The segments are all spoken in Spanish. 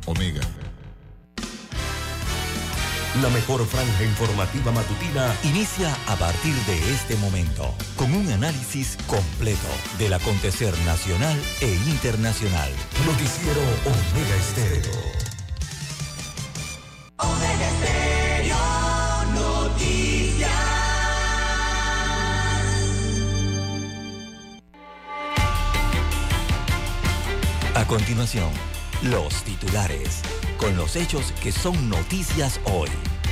Omega. La mejor franja informativa matutina inicia a partir de este momento, con un análisis completo del acontecer nacional e internacional. Noticiero Omega Estéreo. Omega Estéreo Noticias. A continuación, los titulares, con los hechos que son noticias hoy.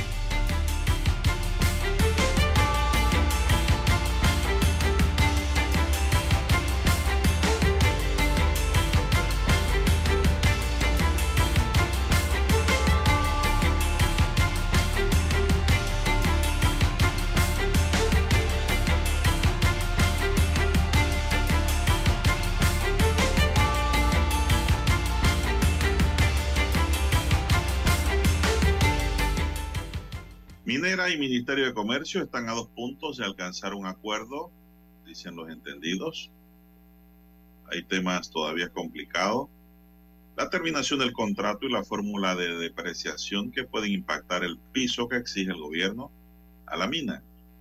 Minera y Ministerio de Comercio están a 2 puntos de alcanzar un acuerdo, dicen los entendidos. Hay temas todavía complicados. La terminación del contrato y la fórmula de depreciación que pueden impactar el piso que exige el gobierno a la mina.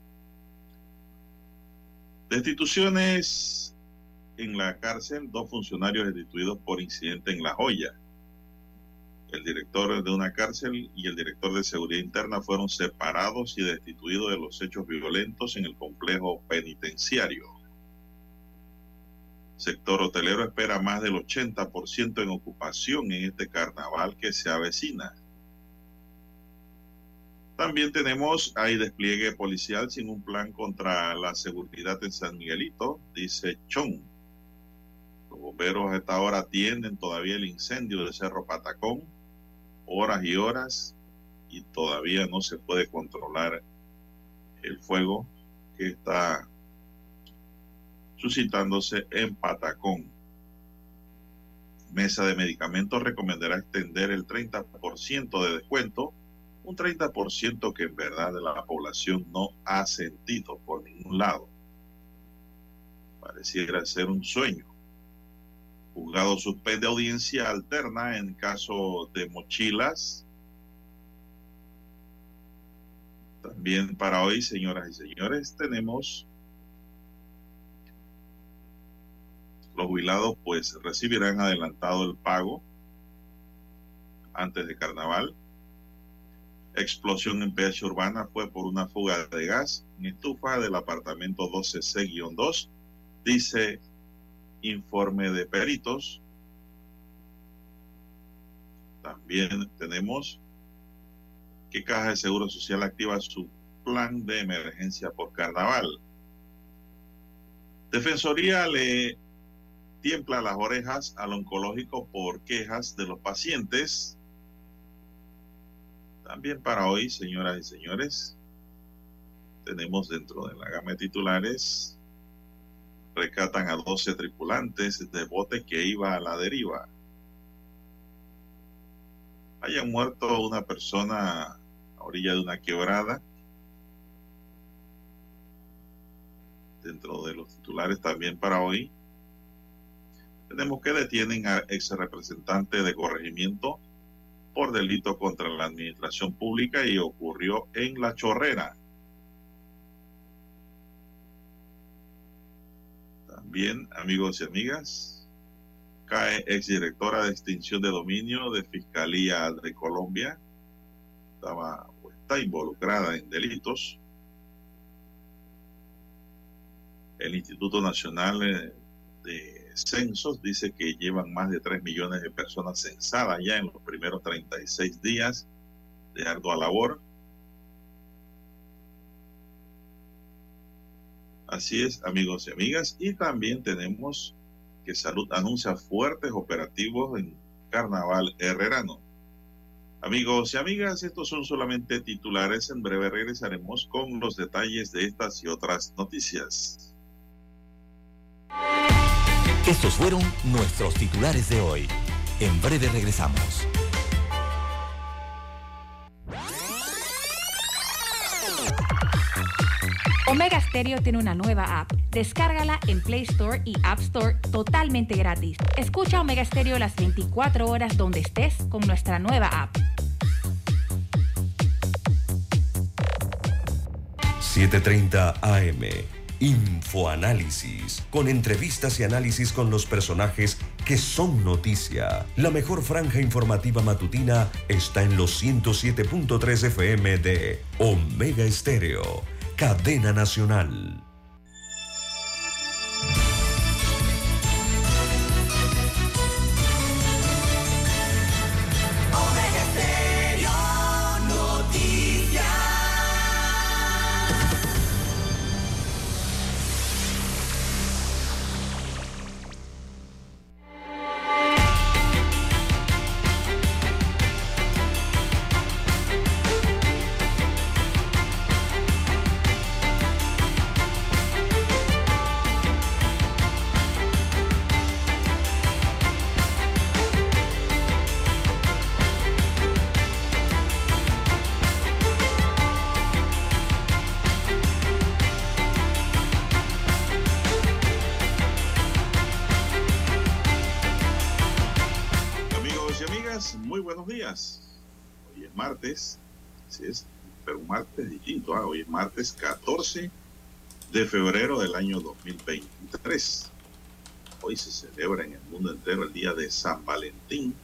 Destituciones en la cárcel, 2 funcionarios destituidos por incidente en La Joya. El director de una cárcel y el director de seguridad interna fueron separados y destituidos de los hechos violentos en el complejo penitenciario. Sector hotelero espera más del 80% en ocupación en este carnaval que se avecina. También hay despliegue policial sin un plan contra la seguridad en San Miguelito, dice Chon. Los bomberos a esta hora atienden todavía el incendio de Cerro Patacón, horas y horas, y todavía no se puede controlar el fuego que está suscitándose en Patacón. Mesa de Medicamentos recomendará extender el 30% de descuento, un 30% que en verdad la población no ha sentido por ningún lado. Pareciera ser un sueño. Juzgado suspende audiencia alterna en caso de mochilas. También para hoy, señoras y señores, tenemos los jubilados pues recibirán adelantado el pago antes de carnaval. Explosión en PH Urbana fue por una fuga de gas en estufa del apartamento 12C-2, dice informe de peritos. También tenemos que Caja de Seguro Social activa su plan de emergencia por carnaval. Defensoría le tiembla las orejas al oncológico por quejas de los pacientes. También para hoy, señoras y señores, tenemos dentro de la gama de titulares: rescatan a 12 tripulantes de bote que iba a la deriva. Hayan muerto una persona a orilla de una quebrada. Dentro de los titulares también para hoy, tenemos que detienen a ex representante de corregimiento por delito contra la administración pública y ocurrió en La Chorrera. También, amigos y amigas, cae exdirectora de extinción de dominio de Fiscalía de Colombia. Está involucrada en delitos. El Instituto Nacional de Censos dice que llevan más de 3 millones de personas censadas ya en los primeros 36 días de ardua labor. Así es, amigos y amigas. Y también tenemos que Salud anuncia fuertes operativos en Carnaval Herrerano. Amigos y amigas, estos son solamente titulares. En breve regresaremos con los detalles de estas y otras noticias. Estos fueron nuestros titulares de hoy. En breve regresamos. Omega Stereo tiene una nueva app. Descárgala en Play Store y App Store totalmente gratis. Escucha Omega Stereo las 24 horas donde estés con nuestra nueva app. 7:30 AM. Infoanálisis, con entrevistas y análisis con los personajes que son noticia. La mejor franja informativa matutina está en los 107.3 FM de Omega Estéreo, cadena nacional. Hoy es martes, así es, pero un martes distinto. Hoy es martes 14 de febrero del año 2023. Hoy se celebra en el mundo entero el día de San Valentín.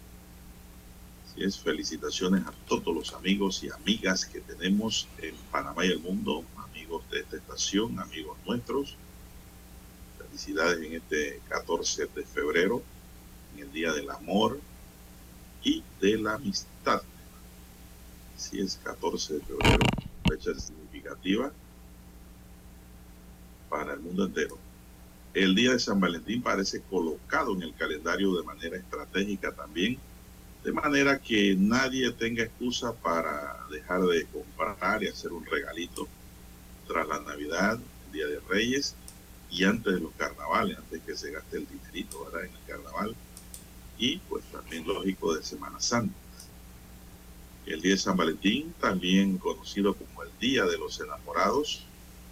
Así es, felicitaciones a todos los amigos y amigas que tenemos en Panamá y el mundo, amigos de esta estación, amigos nuestros. Felicidades en este 14 de febrero, en el día del amor y de la amistad. Así es, 14 de febrero, fecha significativa para el mundo entero. El día de San Valentín parece colocado en el calendario de manera estratégica también, de manera que nadie tenga excusa para dejar de comprar y hacer un regalito tras la Navidad, el Día de Reyes y antes de los carnavales, antes que se gaste el dinerito, ¿verdad?, en el carnaval. Y pues también lógico de Semana Santa. El día de San Valentín, también conocido como el Día de los Enamorados,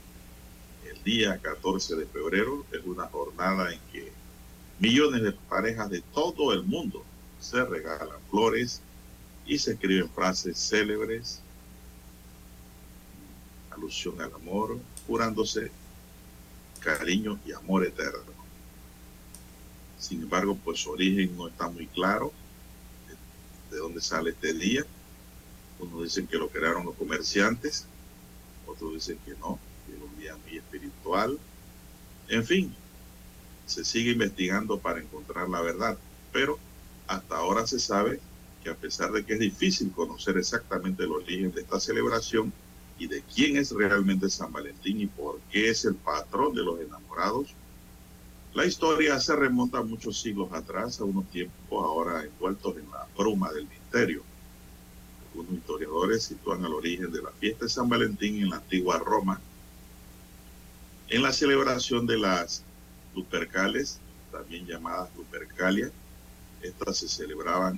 el día 14 de febrero, es una jornada en que millones de parejas de todo el mundo se regalan flores y se escriben frases célebres, alusión al amor, jurándose cariño y amor eterno. Sin embargo, pues su origen no está muy claro de dónde sale este día. Unos dicen que lo crearon los comerciantes, otros dicen que no, que es un día muy espiritual. En fin, se sigue investigando para encontrar la verdad, pero hasta ahora se sabe que a pesar de que es difícil conocer exactamente el origen de esta celebración y de quién es realmente San Valentín y por qué es el patrón de los enamorados, la historia se remonta a muchos siglos atrás, a unos tiempos ahora envueltos en la bruma del misterio. Algunos historiadores sitúan el origen de la fiesta de San Valentín en la antigua Roma, en la celebración de las Lupercales, también llamadas Lupercalia. Estas se celebraban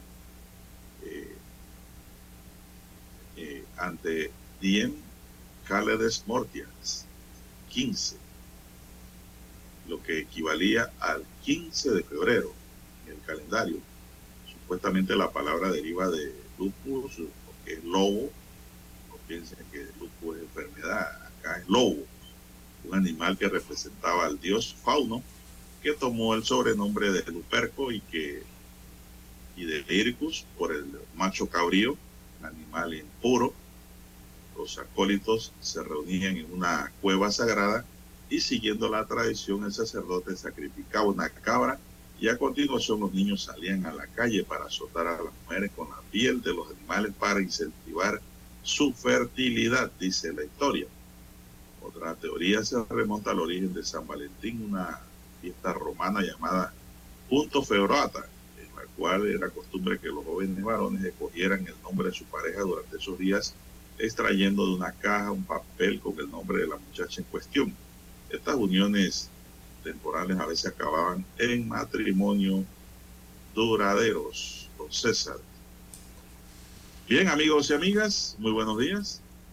ante Diem Caledes Mortias, 15. Lo que equivalía al 15 de febrero en el calendario. Supuestamente la palabra deriva de lupus, que es lobo. No piensen que lupus es enfermedad, acá es lobo, un animal que representaba al dios Fauno, que tomó el sobrenombre de Luperco y de Lyricus por el macho cabrío, animal impuro. Los acólitos se reunían en una cueva sagrada y, siguiendo la tradición, el sacerdote sacrificaba una cabra y a continuación los niños salían a la calle para azotar a las mujeres con la piel de los animales para incentivar su fertilidad, dice la historia. Otra teoría se remonta al origen de San Valentín, una fiesta romana llamada Punto Febrata, en la cual era costumbre que los jóvenes varones escogieran el nombre de su pareja durante esos días, extrayendo de una caja un papel con el nombre de la muchacha en cuestión. Estas uniones temporales a veces acababan en matrimonio duraderos. Don César. Bien, amigos y amigas, muy buenos días.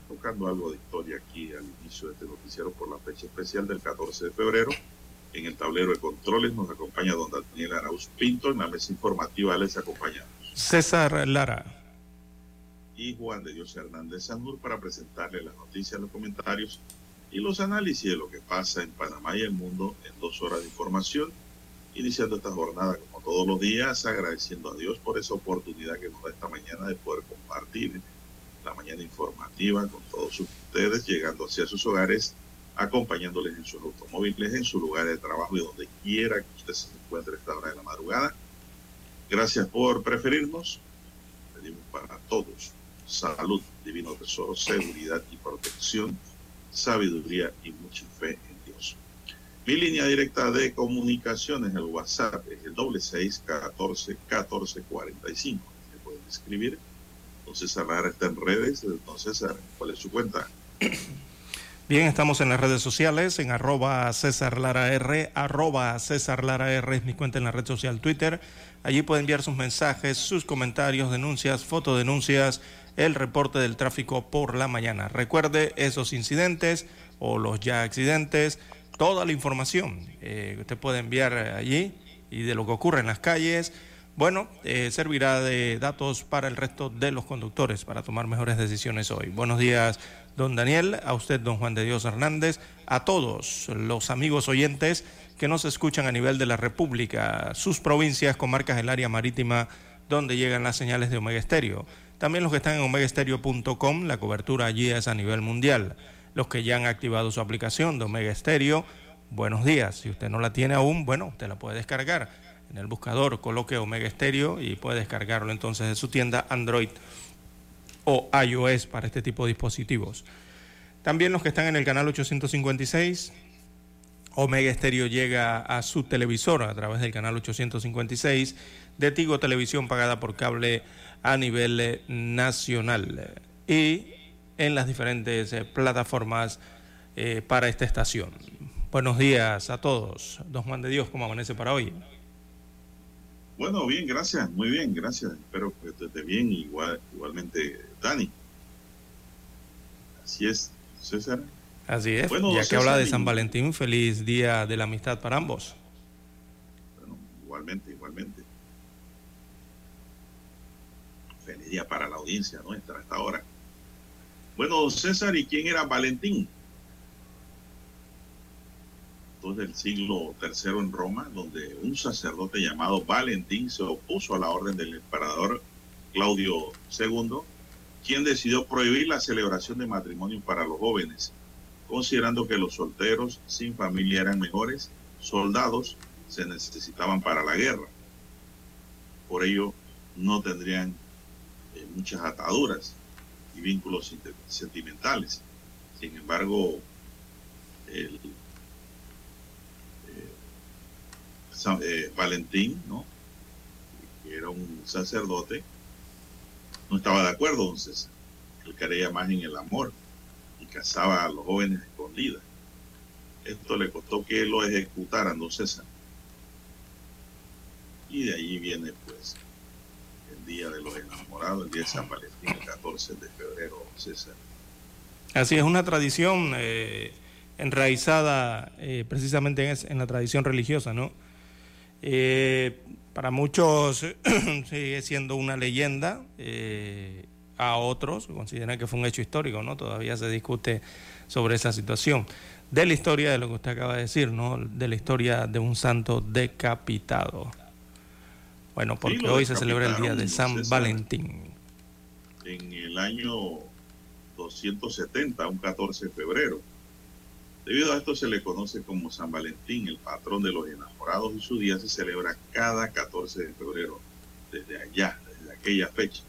tocando algo de historia aquí al inicio de este noticiero por la fecha especial del 14 de febrero. En el tablero de controles nos acompaña don Daniel Arauz Pinto. En la mesa informativa les acompañamos César Lara y Juan de Dios Hernández Sanur para presentarle las noticias, los comentarios y los análisis de lo que pasa en Panamá y el mundo en 2 horas de información. Iniciando esta jornada como todos los días, agradeciendo a Dios por esa oportunidad que nos da esta mañana de poder compartir la mañana informativa con todos ustedes, llegando hacia sus hogares, acompañándoles en sus automóviles, en su lugar de trabajo y donde quiera que usted se encuentre a esta hora de la madrugada. Gracias por preferirnos. Pedimos para todos salud, divino tesoro, seguridad y protección, sabiduría y mucha fe en Dios. Mi línea directa de comunicaciones, el WhatsApp, es el 6614-1445. Me pueden escribir. Don César Lara está en redes. Don César, ¿cuál es su cuenta? Bien, estamos en las redes sociales, en @CésarLaraR, @CésarLaraR es mi cuenta en la red social Twitter. Allí puede enviar sus mensajes, sus comentarios, denuncias, fotodenuncias, el reporte del tráfico por la mañana. Recuerde esos incidentes o los ya accidentes, toda la información que usted puede enviar allí y de lo que ocurre en las calles. Bueno, servirá de datos para el resto de los conductores para tomar mejores decisiones hoy. Buenos días, don Daniel, a usted, don Juan de Dios Hernández, a todos los amigos oyentes que nos escuchan a nivel de la República, sus provincias, comarcas del área marítima donde llegan las señales de Omega Estéreo. También los que están en omegaestereo.com, la cobertura allí es a nivel mundial. Los que ya han activado su aplicación de Omega Estéreo, buenos días. Si usted no la tiene aún, bueno, usted la puede descargar. En el buscador coloque Omega Estéreo y puede descargarlo entonces de su tienda Android o iOS para este tipo de dispositivos. También los que están en el canal 856, Omega Estéreo llega a su televisor a través del canal 856 de Tigo Televisión pagada por cable a nivel nacional y en las diferentes plataformas para esta estación. Buenos días a todos. Don Juan de Dios, ¿cómo amanece para hoy? Bueno, bien, gracias, muy bien, gracias. Espero que esté bien, igualmente Dani. Así es, César. Así es, bueno, ya que César, habla de San Valentín, feliz día de la amistad para ambos. Bueno, igualmente. Feliz día para la audiencia nuestra hasta ahora. Bueno, César, ¿y quién era Valentín? Del siglo III en Roma, donde un sacerdote llamado Valentín se opuso a la orden del emperador Claudio II, quien decidió prohibir la celebración de matrimonio para los jóvenes, considerando que los solteros sin familia eran mejores soldados, se necesitaban para la guerra. Por ello, no tendrían muchas ataduras y vínculos sentimentales. Sin embargo, Valentín, ¿no?, que era un sacerdote, no estaba de acuerdo, entonces él creía más en el amor y casaba a los jóvenes escondidas. Esto le costó que lo ejecutaran, don César. Y de ahí viene pues el día de los enamorados, el día de San Valentín, el 14 de febrero, don César. Así es, una tradición enraizada precisamente en la tradición religiosa, ¿no? Para muchos sigue siendo una leyenda, a otros consideran que fue un hecho histórico, ¿no? Todavía se discute sobre esa situación. De la historia de lo que usted acaba de decir, ¿no? De la historia de un santo decapitado. Bueno, porque hoy se celebra el día de San Valentín. En el año 270, un 14 de febrero. Debido a esto se le conoce como San Valentín, el patrón de los enamorados, y su día se celebra cada 14 de febrero, desde aquella fecha.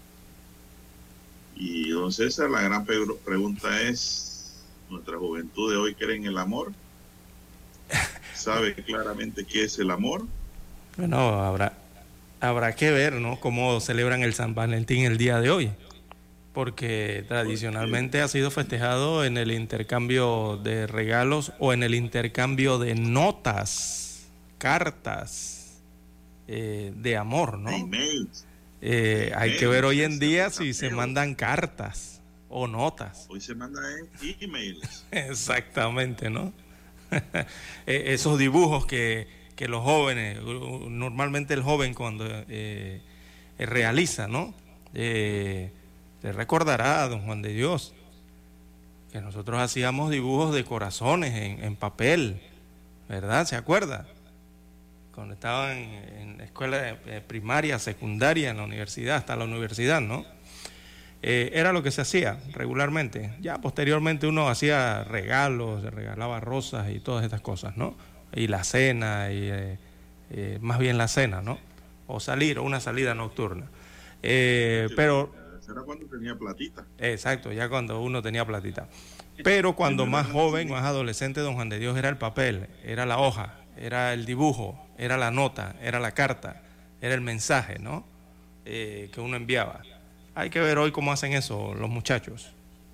Y don César, la gran pregunta es, ¿nuestra juventud de hoy cree en el amor? ¿Sabe claramente qué es el amor? Bueno, habrá que ver, ¿no?, cómo celebran el San Valentín el día de hoy. Porque tradicionalmente ha sido festejado en el intercambio de regalos o en el intercambio de notas, cartas de amor, ¿no? Hay que ver hoy en día si se mandan cartas o notas. Hoy se manda en emails. Exactamente, ¿no? Esos dibujos que los jóvenes, normalmente el joven cuando realiza, ¿no? Te recordará, don Juan de Dios, que nosotros hacíamos dibujos de corazones en papel, ¿verdad? ¿Se acuerda? Cuando estaban en la escuela primaria, secundaria, en la universidad, hasta la universidad, ¿no? Era lo que se hacía regularmente. Ya posteriormente uno hacía regalos, regalaba rosas y todas estas cosas, ¿no? Y la cena, y más bien la cena, ¿no? O una salida nocturna. Pero era cuando tenía platita. Exacto, ya cuando uno tenía platita. Pero cuando más joven, más adolescente, don Juan de Dios, era el papel, era la hoja, era el dibujo, era la nota, era la carta, era el mensaje, ¿no? Que uno enviaba. Hay que ver hoy cómo hacen eso los muchachos.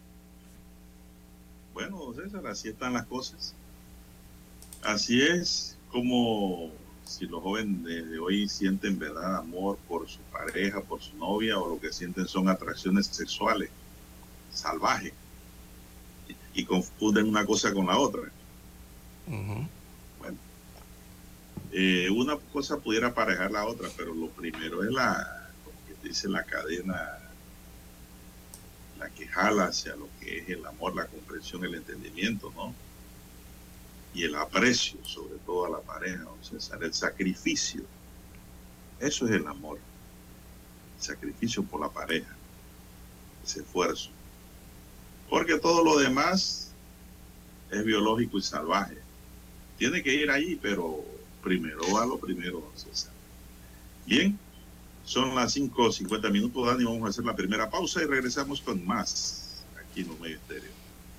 Bueno, César, así están las cosas. Así es como si los jóvenes de hoy sienten verdad amor por su pareja, por su novia, o lo que sienten son atracciones sexuales salvajes y confunden una cosa con la otra. Uh-huh. Bueno, una cosa pudiera aparejar la otra, pero lo primero es como que dice la cadena, la que jala hacia lo que es el amor, la comprensión, el entendimiento, ¿no? Y el aprecio, sobre todo a la pareja, don César, el sacrificio. Eso es el amor. El sacrificio por la pareja. Ese esfuerzo. Porque todo lo demás es biológico y salvaje. Tiene que ir ahí, pero primero va lo primero, don César. Bien, son las 5:50 minutos, Dani. Vamos a hacer la primera pausa y regresamos con más aquí en Omega Estéreo.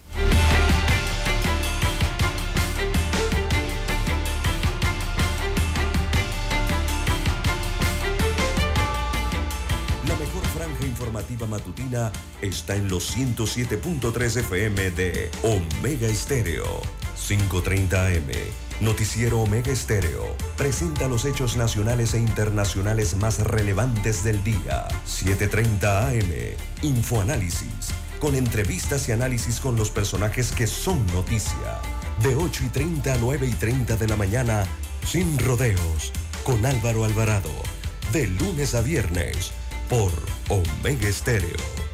Informativa matutina está en los 107.3 FM de Omega Estéreo. 5:30 AM. Noticiero Omega Estéreo presenta los hechos nacionales e internacionales más relevantes del día. 7:30 AM. Infoanálisis, con entrevistas y análisis con los personajes que son noticia. De 8:30 a 9:30 de la mañana, Sin Rodeos, con Álvaro Alvarado. De lunes a viernes, por Omega Estéreo.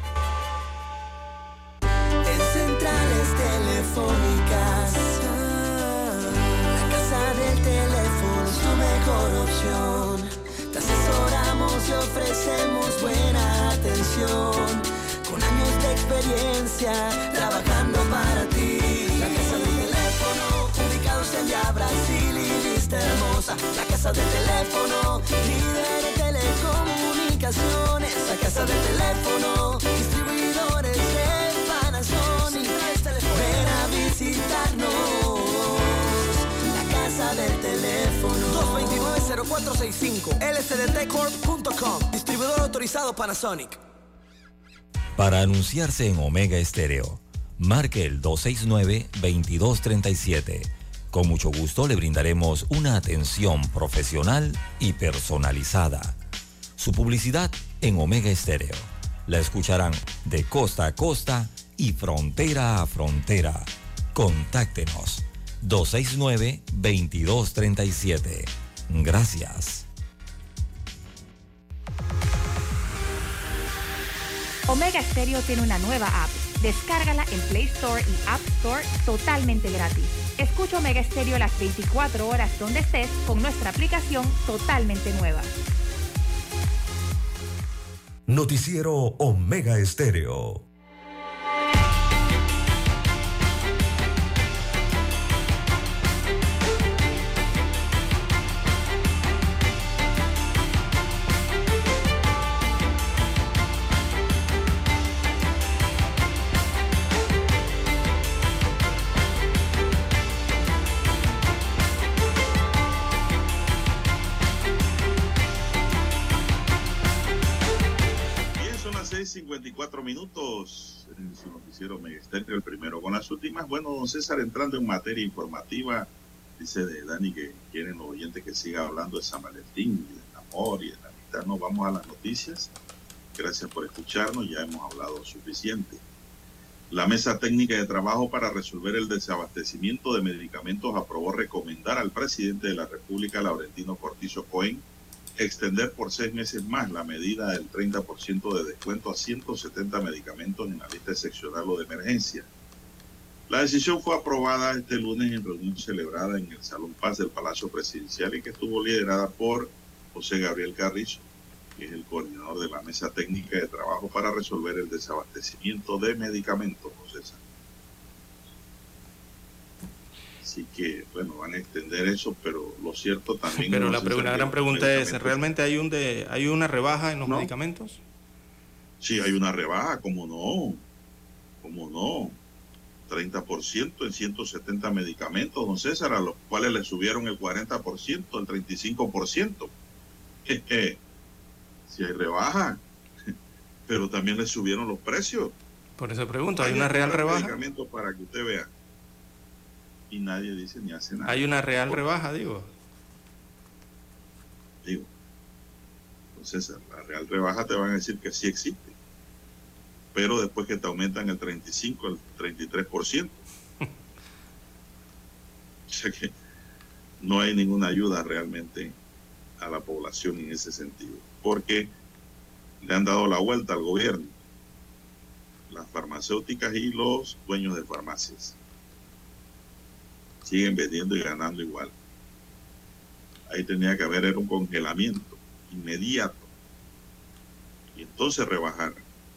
En centrales telefónicas, la casa del teléfono es tu mejor opción. Te asesoramos y ofrecemos buena atención, con años de experiencia trabajando para ti. La casa del teléfono, ubicados en Via Brasil y Vista Hermosa. La casa del teléfono, líder en telecomunicaciones. La casa del teléfono, distribuidores de Panasonic. Ven a visitarnos. La casa del teléfono, 229-0465, lcdtcorp.com. Distribuidor autorizado Panasonic. Para anunciarse en Omega Estéreo, marque el 269-2237. Con mucho gusto le brindaremos una atención profesional y personalizada. Su publicidad en Omega Estéreo la escucharán de costa a costa y frontera a frontera. Contáctenos 269-2237. Gracias. Omega Stereo tiene una nueva app. Descárgala en Play Store y App Store totalmente gratis. Escucha Omega Stereo las 24 horas donde estés con nuestra aplicación totalmente nueva. Noticiero Omega Estéreo. Bien, son las 6:54 minutos en su noticiero Omega Estéreo, el primero con las últimas. Bueno, don César, entrando en materia informativa, dice de Dani que quieren los oyentes que siga hablando de San Valentín, y del amor y de la amistad. No, vamos a las noticias. Gracias por escucharnos, ya hemos hablado suficiente. La Mesa Técnica de Trabajo para resolver el desabastecimiento de medicamentos aprobó recomendar al presidente de la República, Laurentino Cortizo Cohen, extender por 6 meses más la medida del 30% de descuento a 170 medicamentos en la lista excepcional o de emergencia. La decisión fue aprobada este lunes en reunión celebrada en el Salón Paz del Palacio Presidencial y que estuvo liderada por José Gabriel Carrizo, que es el coordinador de la Mesa Técnica de Trabajo para resolver el desabastecimiento de medicamentos, José. Así que, bueno, van a extender eso, pero lo cierto también... Pero la gran pregunta es, ¿realmente hay una rebaja en los medicamentos? Sí, hay una rebaja, ¿cómo no? 30% en 170 medicamentos, don César, a los cuales le subieron el 40%, el 35%. Si hay rebaja, pero también le subieron los precios. Por eso pregunto, ¿hay una real rebaja? Medicamentos para que usted vea. Y nadie dice ni hace nada. ¿Hay una real rebaja, digo? Entonces, la real rebaja te van a decir que sí existe. Pero después que te aumentan el 35, el 33%. O sea que no hay ninguna ayuda realmente a la población en ese sentido. Porque le han dado la vuelta al gobierno, las farmacéuticas y los dueños de farmacias. Siguen vendiendo y ganando igual. Ahí tenía que haber un congelamiento inmediato y entonces rebajar.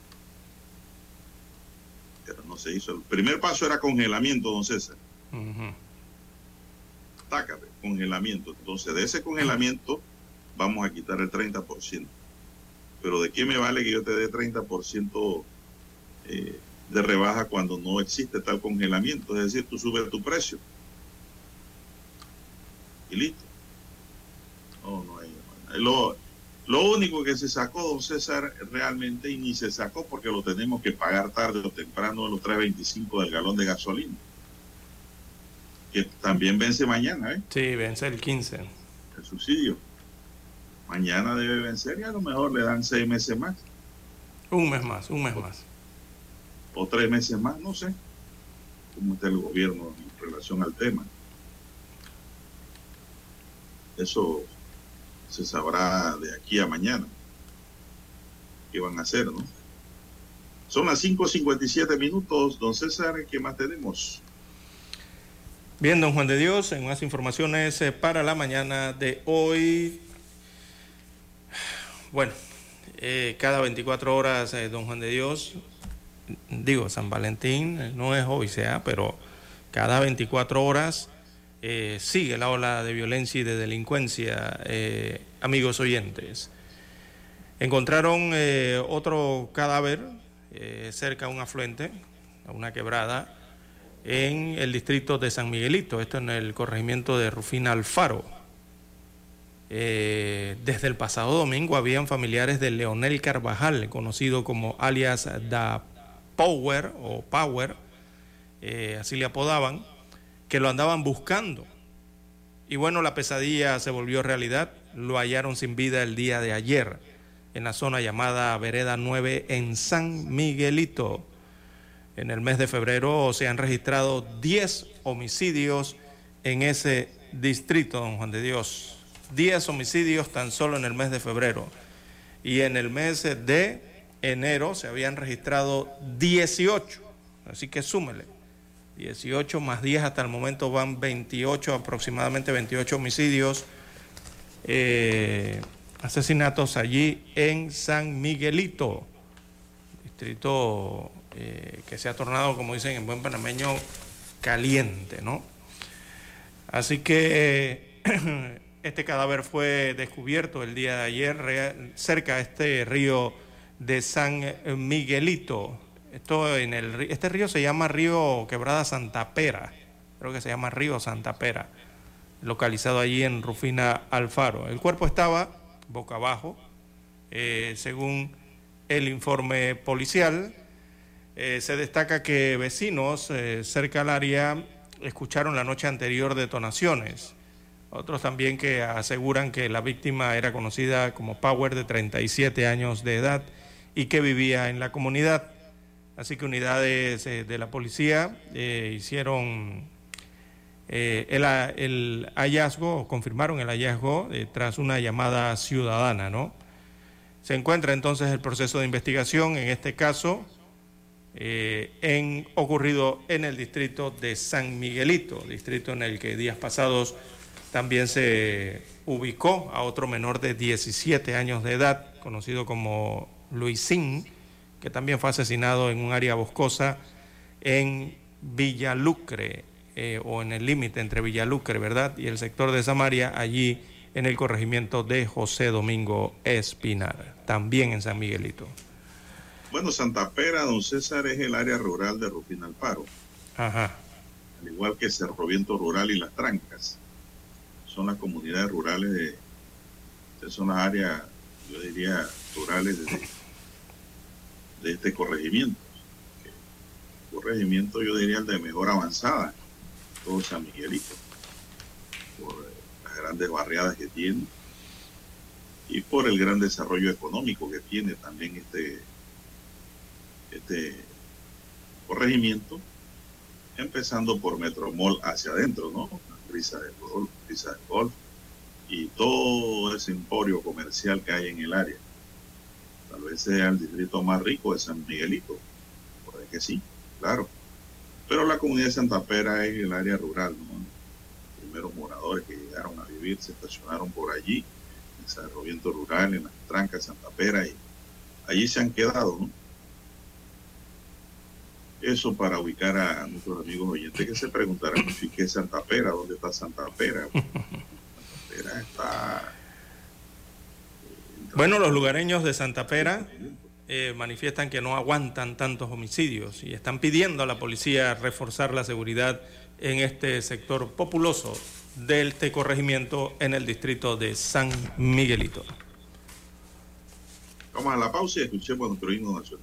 Pero no se hizo. El primer paso era congelamiento, don César. Tácate, congelamiento. Entonces de ese congelamiento vamos a quitar el 30%. Pero ¿de qué me vale que yo te dé 30% de rebaja cuando no existe tal congelamiento? Es decir, tú subes tu precio y listo. No hay. Lo único que se sacó, don César, realmente, y ni se sacó porque lo tenemos que pagar tarde o temprano, los 3.25 del galón de gasolina, que también vence mañana, ¿eh? Sí, vence el 15. El subsidio. Mañana debe vencer y a lo mejor le dan 6 meses más. Un mes más. O 3 meses más, no sé cómo está el gobierno en relación al tema. Eso se sabrá de aquí a mañana qué van a hacer, ¿no? Son las 5:57, don César, ¿qué más tenemos? Bien, don Juan de Dios, en más informaciones para la mañana de hoy. Bueno, cada 24 horas, don Juan de Dios, digo, San Valentín no es hoy, pero cada 24 horas sigue la ola de violencia y de delincuencia, amigos oyentes. Encontraron otro cadáver cerca a un afluente, a una quebrada, en el distrito de San Miguelito, esto en el corregimiento de Rufina Alfaro. Desde el pasado domingo habían familiares de Leonel Carvajal, conocido como alias Da Power o Power, así le apodaban, que lo andaban buscando. Y bueno, la pesadilla se volvió realidad. Lo hallaron sin vida el día de ayer en la zona llamada Vereda 9 en San Miguelito. En el mes de febrero se han registrado 10 homicidios en ese distrito, don Juan de Dios. 10 homicidios tan solo en el mes de febrero. Y en el mes de enero se habían registrado 18. Así que súmele. 18 más 10 hasta el momento van 28, aproximadamente 28 homicidios, asesinatos allí en San Miguelito, distrito que se ha tornado, como dicen en buen panameño, caliente, ¿no? Así que este cadáver fue descubierto el día de ayer cerca de este río de San Miguelito. Este río se llama Río Quebrada Santa Pera, creo que se llama Río Santa Pera, localizado allí en Rufina Alfaro. El cuerpo estaba boca abajo, según el informe policial. Se destaca que vecinos cerca al área escucharon la noche anterior detonaciones. Otros también que aseguran que la víctima era conocida como Power, de 37 años de edad y que vivía en la comunidad. Así que unidades de la policía hicieron el hallazgo, confirmaron el hallazgo tras una llamada ciudadana, ¿no? Se encuentra entonces el proceso de investigación, en este caso, ocurrido en el distrito de San Miguelito, distrito en el que días pasados también se ubicó a otro menor de 17 años de edad, conocido como Luisín, que también fue asesinado en un área boscosa en Villalucre, o en el límite entre Villalucre, ¿verdad?, y el sector de Samaria, allí en el corregimiento de José Domingo Espinar, también en San Miguelito. Bueno, Santa Pera, don César, es el área rural de Rufín Alfaro. Ajá. Al igual que Cerro Viento Rural y Las Trancas. Son las comunidades rurales son las áreas, yo diría, rurales de este corregimiento. Corregimiento, yo diría, el de mejor avanzada, todo San Miguelito, por las grandes barriadas que tiene y por el gran desarrollo económico que tiene también este corregimiento, empezando por Metromol hacia adentro, ¿no? Prisa del Golf y todo ese emporio comercial que hay en el área. Tal vez sea el distrito más rico de San Miguelito, puede que sí, claro. Pero la comunidad de Santa Pera es el área rural, ¿no? Los primeros moradores que llegaron a vivir se estacionaron por allí, en Cerro Viento Rural, en Las Trancas, Santa Pera, y allí se han quedado, ¿no? Eso para ubicar a nuestros amigos oyentes que se preguntarán, ¿qué es Santa Pera? ¿Dónde está Santa Pera? Santa Pera está... Bueno, los lugareños de Santa Pera manifiestan que no aguantan tantos homicidios y están pidiendo a la policía reforzar la seguridad en este sector populoso del corregimiento en el distrito de San Miguelito. Vamos a la pausa y escuchemos nuestro himno nacional.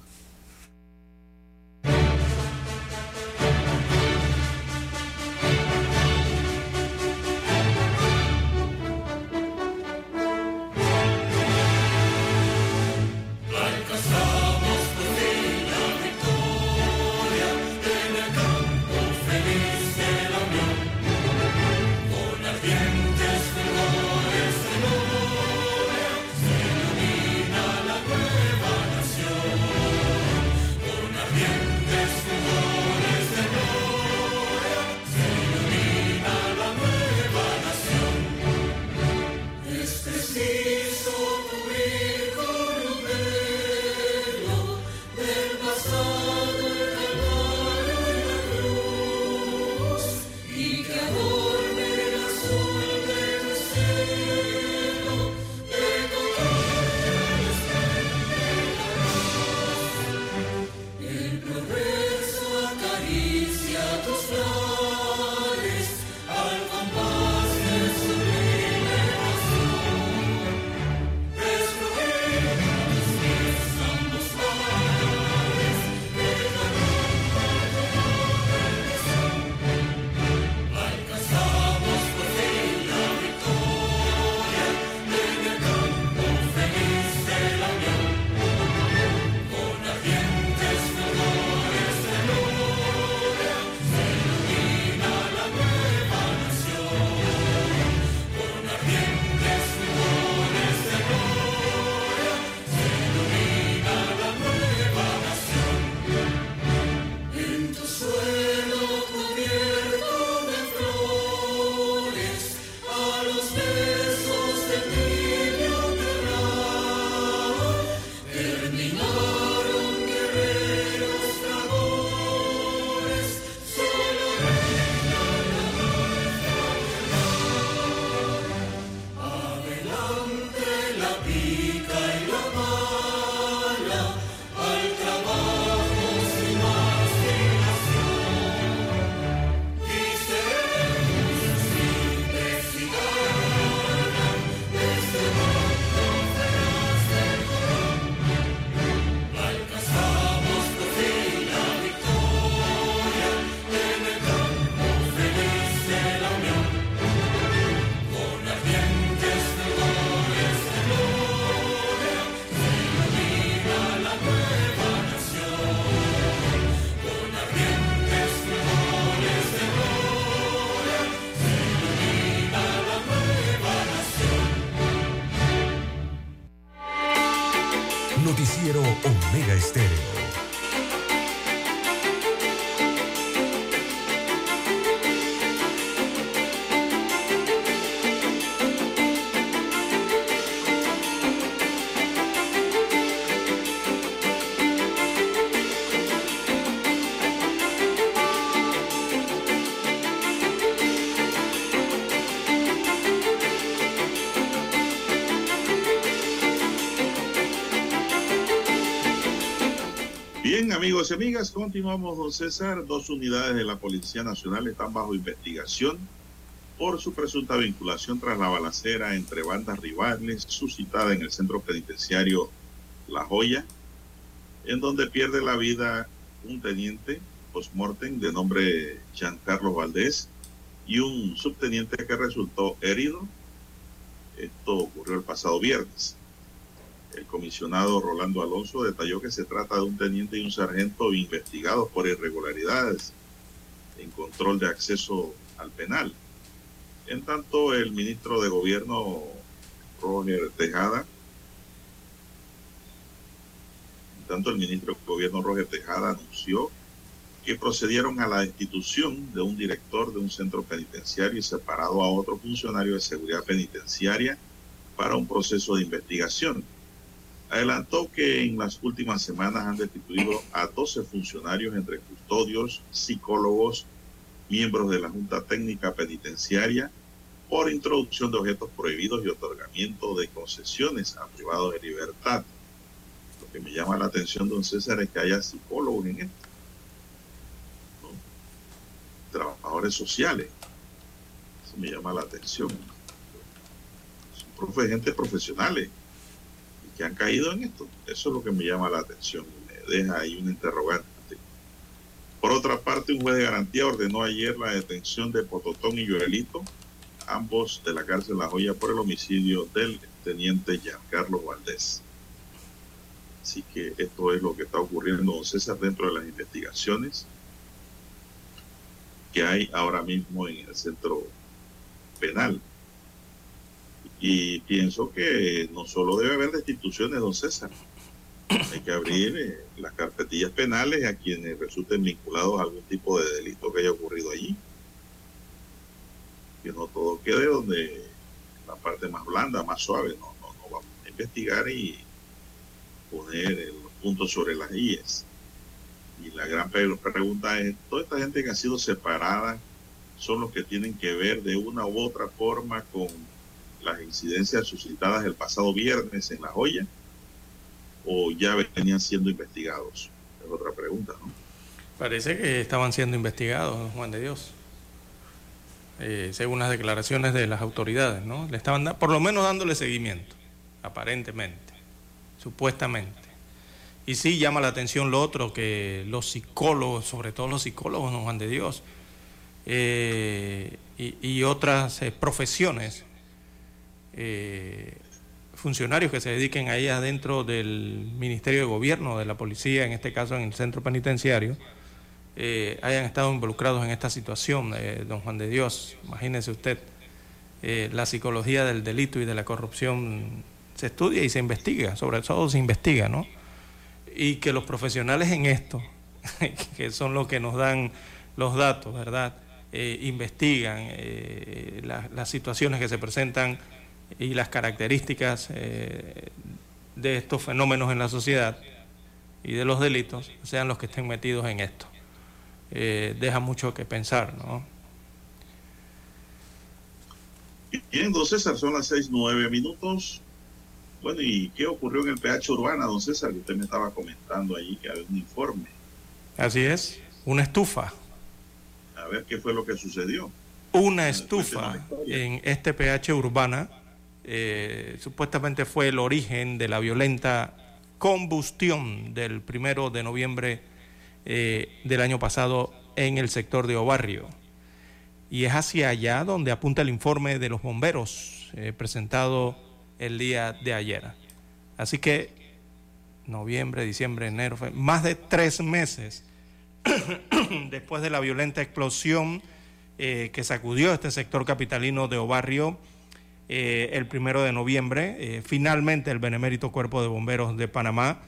Estéreo. Bien, amigos y amigas, continuamos, don César. 2 unidades de la Policía Nacional están bajo investigación por su presunta vinculación tras la balacera entre bandas rivales suscitada en el centro penitenciario La Joya, en donde pierde la vida un teniente post-mortem de nombre Giancarlo Valdés y un subteniente que resultó herido. Esto ocurrió el pasado viernes. El comisionado Rolando Alonso detalló que se trata de un teniente y un sargento investigados por irregularidades en control de acceso al penal. En tanto, el ministro de Gobierno Roger Tejada anunció que procedieron a la destitución de un director de un centro penitenciario y separado a otro funcionario de seguridad penitenciaria para un proceso de investigación. Adelantó que en las últimas semanas han destituido a 12 funcionarios entre custodios, psicólogos, miembros de la Junta Técnica Penitenciaria por introducción de objetos prohibidos y otorgamiento de concesiones a privados de libertad. Lo que me llama la atención, don César, es que haya psicólogos en esto, ¿no? Trabajadores sociales. Eso me llama la atención. Son gente profesionales que han caído en esto. Eso es lo que me llama la atención, me deja ahí un interrogante. Por otra parte, un juez de garantía ordenó ayer la detención de Pototón y Joelito, ambos de la cárcel La Joya, por el homicidio del teniente Giancarlo Valdés. Así que esto es lo que está ocurriendo, don César, dentro de las investigaciones que hay ahora mismo en el centro penal. Y pienso que no solo debe haber destituciones, don César, hay que abrir las carpetillas penales a quienes resulten vinculados a algún tipo de delito que haya ocurrido allí. Que no todo quede donde la parte más blanda, más suave. No vamos a investigar y poner los puntos sobre las IES. Y la gran pregunta es, ¿toda esta gente que ha sido separada son los que tienen que ver de una u otra forma con las incidencias suscitadas el pasado viernes en La Joya, o ya venían siendo investigados? Es otra pregunta, ¿no? Parece que estaban siendo investigados, Juan de Dios, según las declaraciones de las autoridades, ¿no? Le estaban por lo menos dándole seguimiento, aparentemente, supuestamente. Y sí llama la atención lo otro, que los psicólogos, sobre todo los psicólogos, ¿no, Juan de Dios? Y otras profesiones, funcionarios que se dediquen ahí adentro del Ministerio de Gobierno, de la policía, en este caso en el centro penitenciario, hayan estado involucrados en esta situación, don Juan de Dios. Imagínese usted, la psicología del delito y de la corrupción se estudia y se investiga, sobre todo se investiga, ¿no? Y que los profesionales en esto, que son los que nos dan los datos, ¿verdad?, investigan las situaciones que se presentan y las características de estos fenómenos en la sociedad y de los delitos, sean los que estén metidos en esto. Deja mucho que pensar, ¿no? Bien, don César, son las 6:09. Bueno, ¿y qué ocurrió en el PH Urbana, don César? Que usted me estaba comentando allí que había un informe. Así es, una estufa. A ver qué fue lo que sucedió. Una estufa en este PH Urbana. Supuestamente fue el origen de la violenta combustión del 1 de noviembre del año pasado en el sector de Obarrio. Y es hacia allá donde apunta el informe de los bomberos presentado el día de ayer. Así que noviembre, diciembre, enero, más de 3 meses después de la violenta explosión que sacudió este sector capitalino de Obarrio el 1 de noviembre, finalmente el Benemérito Cuerpo de Bomberos de Panamá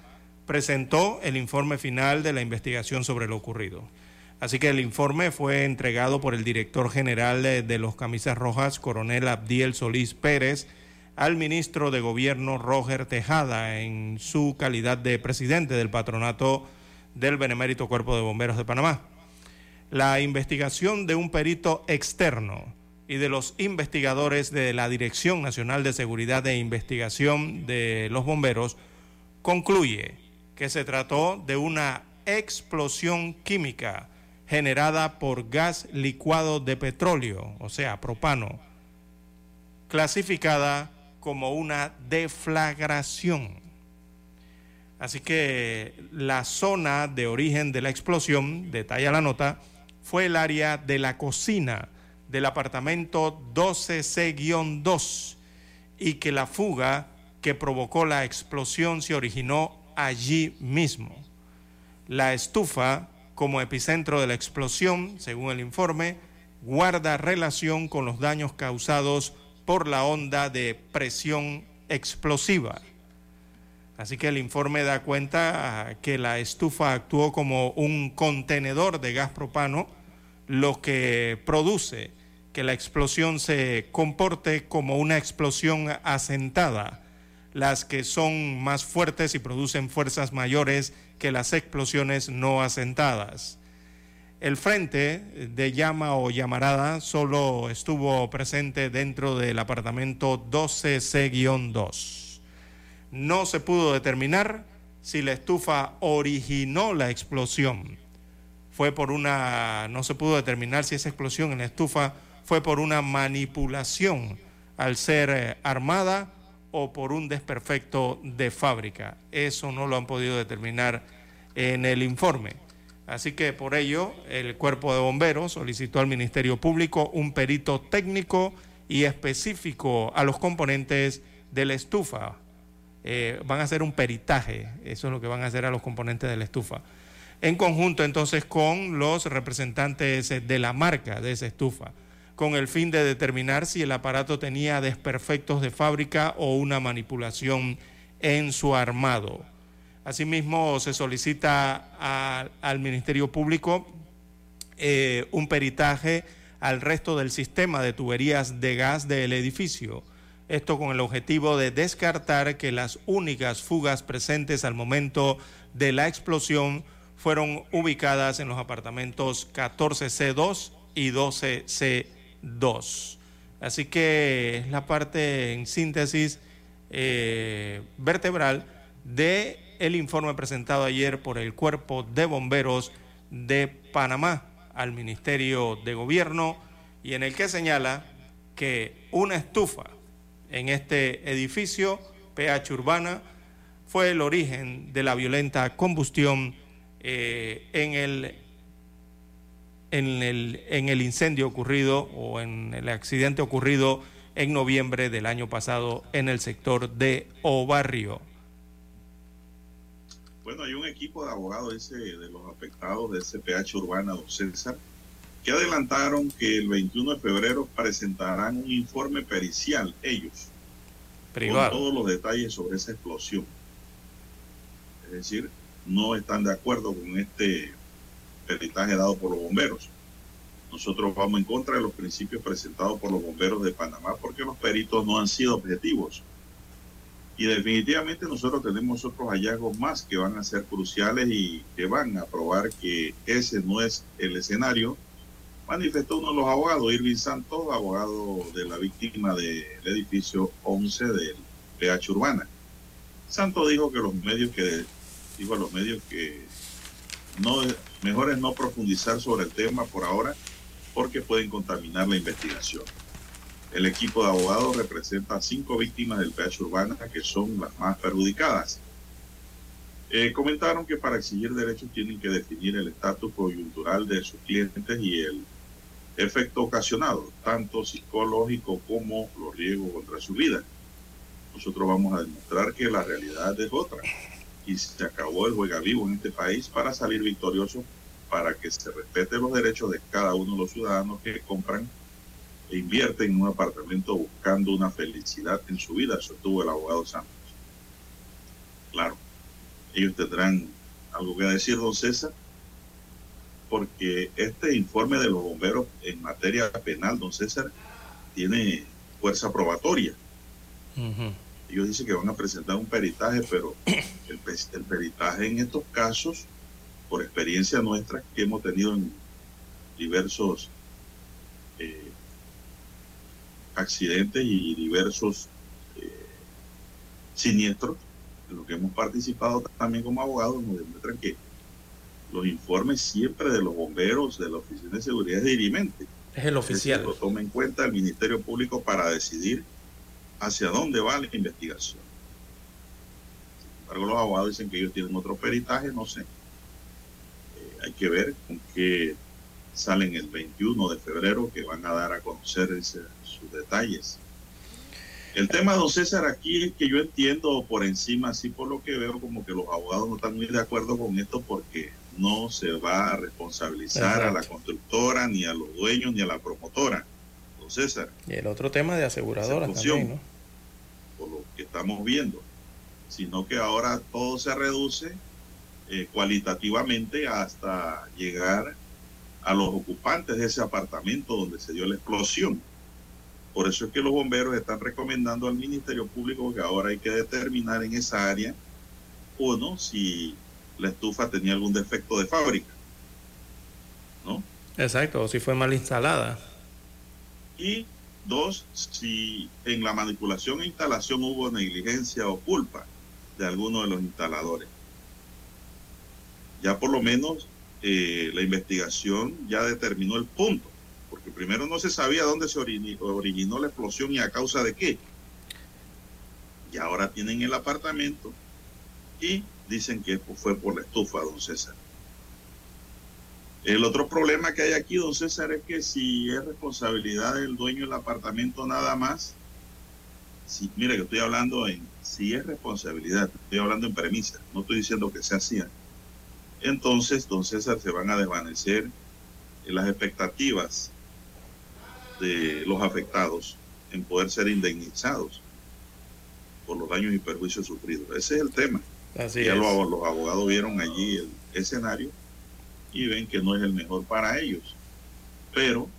presentó el informe final de la investigación sobre lo ocurrido. Así que el informe fue entregado por el director general de los Camisas Rojas, coronel Abdiel Solís Pérez, al ministro de Gobierno Roger Tejada, en su calidad de presidente del patronato del Benemérito Cuerpo de Bomberos de Panamá. La investigación de un perito externo y de los investigadores de la Dirección Nacional de Seguridad e Investigación de los Bomberos concluye que se trató de una explosión química generada por gas licuado de petróleo, o sea, propano, clasificada como una deflagración. Así que la zona de origen de la explosión, detalla la nota, fue el área de la cocina del apartamento 12C-2 y que la fuga que provocó la explosión se originó allí mismo. La estufa, como epicentro de la explosión, según el informe, guarda relación con los daños causados por la onda de presión explosiva. Así que el informe da cuenta que la estufa actuó como un contenedor de gas propano, lo que produce que la explosión se comporte como una explosión asentada, las que son más fuertes y producen fuerzas mayores que las explosiones no asentadas. El frente de llama o llamarada solo estuvo presente dentro del apartamento 12C-2. No se pudo determinar si la estufa originó la explosión. No se pudo determinar si esa explosión en la estufa fue por una manipulación al ser armada o por un desperfecto de fábrica. Eso no lo han podido determinar en el informe. Así que por ello el Cuerpo de Bomberos solicitó al Ministerio Público un perito técnico y específico a los componentes de la estufa. Van a hacer un peritaje, eso es lo que van a hacer a los componentes de la estufa, en conjunto entonces con los representantes de la marca de esa estufa, con el fin de determinar si el aparato tenía desperfectos de fábrica o una manipulación en su armado. Asimismo, se solicita al Ministerio Público un peritaje al resto del sistema de tuberías de gas del edificio. Esto con el objetivo de descartar que las únicas fugas presentes al momento de la explosión fueron ubicadas en los apartamentos 14C2 y 12C2. Así que es la parte en síntesis vertebral de el informe presentado ayer por el Cuerpo de Bomberos de Panamá al Ministerio de Gobierno, y en el que señala que una estufa en este edificio, PH Urbana, fue el origen de la violenta combustión en el incendio ocurrido o en el accidente ocurrido en noviembre del año pasado en el sector de Obarrio. Bueno, hay un equipo de abogados de los afectados de ese PH Urbana, don César, que adelantaron que el 21 de febrero presentarán un informe pericial, ellos, privado, con todos los detalles sobre esa explosión. Es decir, no están de acuerdo con este peritaje dado por los bomberos. Nosotros vamos en contra de los principios presentados por los bomberos de Panamá porque los peritos no han sido objetivos. Y definitivamente nosotros tenemos otros hallazgos más que van a ser cruciales y que van a probar que ese no es el escenario, manifestó uno de los abogados, Irving Santos, abogado de la víctima del edificio 11 del PH Urbana. Santos dijo que mejor es no profundizar sobre el tema por ahora porque pueden contaminar la investigación. El equipo de abogados representa a 5 víctimas del PH Urbana, que son las más perjudicadas. Comentaron que para exigir derechos tienen que definir el estatus coyuntural de sus clientes y el efecto ocasionado, tanto psicológico como los riesgos contra su vida. Nosotros vamos a demostrar que la realidad es otra y se acabó el juega vivo en este país para salir victorioso, para que se respeten los derechos de cada uno de los ciudadanos que compran e invierten en un apartamento buscando una felicidad en su vida. Eso tuvo el abogado Santos. Claro, ellos tendrán algo que decir, don César, porque este informe de los bomberos en materia penal, don César, tiene fuerza probatoria. Ellos dicen que van a presentar un peritaje, pero el peritaje en estos casos, por experiencia nuestra que hemos tenido en diversos accidentes y diversos siniestros, en los que hemos participado también como abogados, nos demuestran que los informes siempre de los bomberos, de la Oficina de Seguridad es dirimente. Es el oficial. Lo toma en cuenta el Ministerio Público para decidir hacia dónde va la investigación. Sin embargo, los abogados dicen que ellos tienen otro peritaje, no sé. Hay que ver con qué salen el 21 de febrero, que van a dar a conocer sus detalles. El tema, don César, aquí es que yo entiendo por encima, así por lo que veo, como que los abogados no están muy de acuerdo con esto, porque no se va a responsabilizar a la constructora, ni a los dueños, ni a la promotora, don César. Y el otro tema de aseguradoras también, ¿no? Por lo que estamos viendo, sino que ahora todo se reduce cualitativamente hasta llegar a los ocupantes de ese apartamento donde se dio la explosión. Por eso es que los bomberos están recomendando al Ministerio Público que ahora hay que determinar en esa área, uno, si la estufa tenía algún defecto de fábrica, ¿no? Exacto, o si fue mal instalada. Y dos, si en la manipulación e instalación hubo negligencia o culpa de alguno de los instaladores. Ya por lo menos la investigación ya determinó el punto, porque primero no se sabía dónde se originó la explosión y a causa de qué. Y ahora tienen el apartamento y dicen que fue por la estufa, don César. El otro problema que hay aquí, don César, es que si es responsabilidad del dueño del apartamento nada más, mira que estoy hablando si es responsabilidad, estoy hablando en premisa, no estoy diciendo que sea así. Entonces, don César, se van a desvanecer las expectativas de los afectados en poder ser indemnizados por los daños y perjuicios sufridos. Ese es el tema. Así ya es. los abogados vieron allí el escenario y ven que no es el mejor para ellos. Pero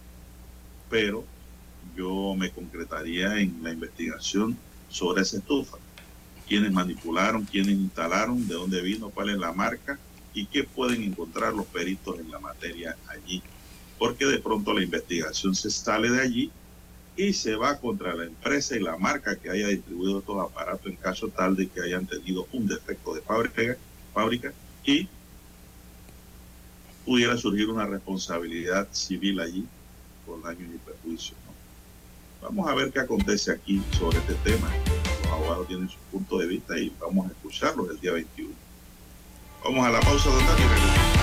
yo me concretaría en la investigación sobre esa estufa. Quiénes manipularon, quiénes instalaron, de dónde vino, cuál es la marca y qué pueden encontrar los peritos en la materia allí. Porque de pronto la investigación se sale de allí y se va contra la empresa y la marca que haya distribuido estos aparatos en caso tal de que hayan tenido un defecto de fábrica y pudiera surgir una responsabilidad civil allí por daños y perjuicios, ¿no? Vamos a ver qué acontece aquí sobre este tema. Los abogados tienen su punto de vista y vamos a escucharlos el día 21. Vamos a la pausa, don Dani, regresamos.